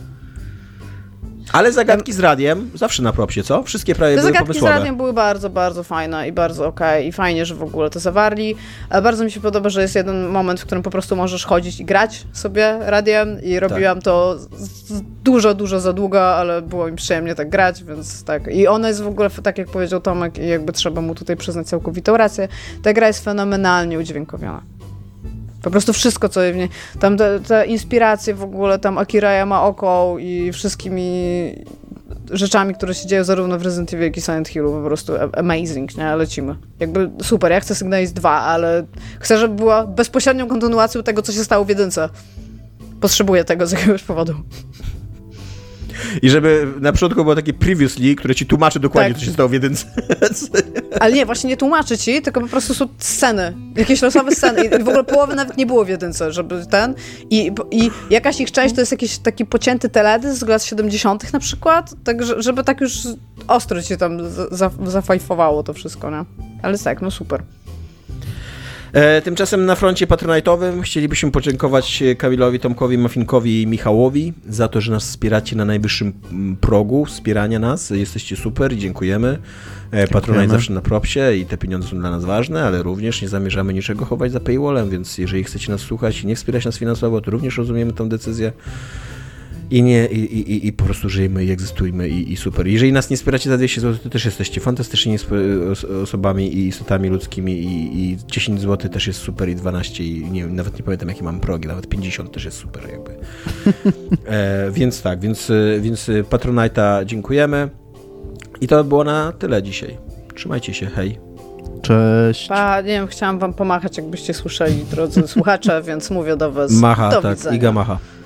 Ale zagadki z radiem zawsze na propsie, co? Wszystkie prawie Te były zagadki pomysłowe. z radiem były bardzo, bardzo fajne i bardzo okej okay, i fajnie, że w ogóle to zawarli. Ale bardzo mi się podoba, że jest jeden moment, w którym po prostu możesz chodzić i grać sobie radiem i robiłam tak. to z, z dużo, dużo za długo, ale było mi przyjemnie tak grać, więc tak. I ona jest w ogóle, tak jak powiedział Tomek, i jakby trzeba mu tutaj przyznać całkowitą rację, ta gra jest fenomenalnie udźwiękowiona. Po prostu wszystko, co w niej... Tam te, te inspiracje w ogóle, tam Akira Yamaoka i wszystkimi rzeczami, które się dzieją zarówno w Resident Evil, jak i Silent Hillu, po prostu amazing, nie? Lecimy. Jakby super, ja chcę Signalis dwa, ale chcę, żeby była bezpośrednią kontynuacją tego, co się stało w jedynce. Potrzebuję tego z jakiegoś powodu. I żeby na początku było takie previously, które ci tłumaczy dokładnie, tak. co się stało w jedynce. Ale nie, właśnie nie tłumaczy ci, tylko po prostu są sceny. Jakieś losowe sceny. I w ogóle połowy nawet nie było w jedynce, żeby ten... I, i jakaś ich część to jest jakiś taki pocięty teledysk z lat siedemdziesiątych na przykład, tak, żeby tak już ostro ci tam za, zafajfowało to wszystko, nie? Ale tak, no super. E, tymczasem na froncie patronajtowym chcielibyśmy podziękować Kamilowi, Tomkowi, Mafinkowi i Michałowi za to, że nas wspieracie na najwyższym progu wspierania nas. Jesteście super i dziękujemy. E, Patronite zawsze na propsie i te pieniądze są dla nas ważne, ale również nie zamierzamy niczego chować za paywallem, więc jeżeli chcecie nas słuchać i nie wspierać nas finansowo, to również rozumiemy tę decyzję. I nie, i, i, i po prostu żyjmy i egzystujmy i, i super. Jeżeli nas nie wspieracie za dwieście złotych, to też jesteście fantastycznymi osobami i istotami ludzkimi i, i dziesięć złotych też jest super i dwanaście i nie, nawet nie pamiętam jakie mam progi, nawet pięćdziesiąt też jest super jakby. E, więc tak, więc, więc Patronite'a dziękujemy i to było na tyle dzisiaj. Trzymajcie się, hej. Cześć. Pa, nie wiem, chciałam wam pomachać, jakbyście słyszeli, drodzy słuchacze, więc mówię do was. Macha, do tak, widzenia. Iga macha.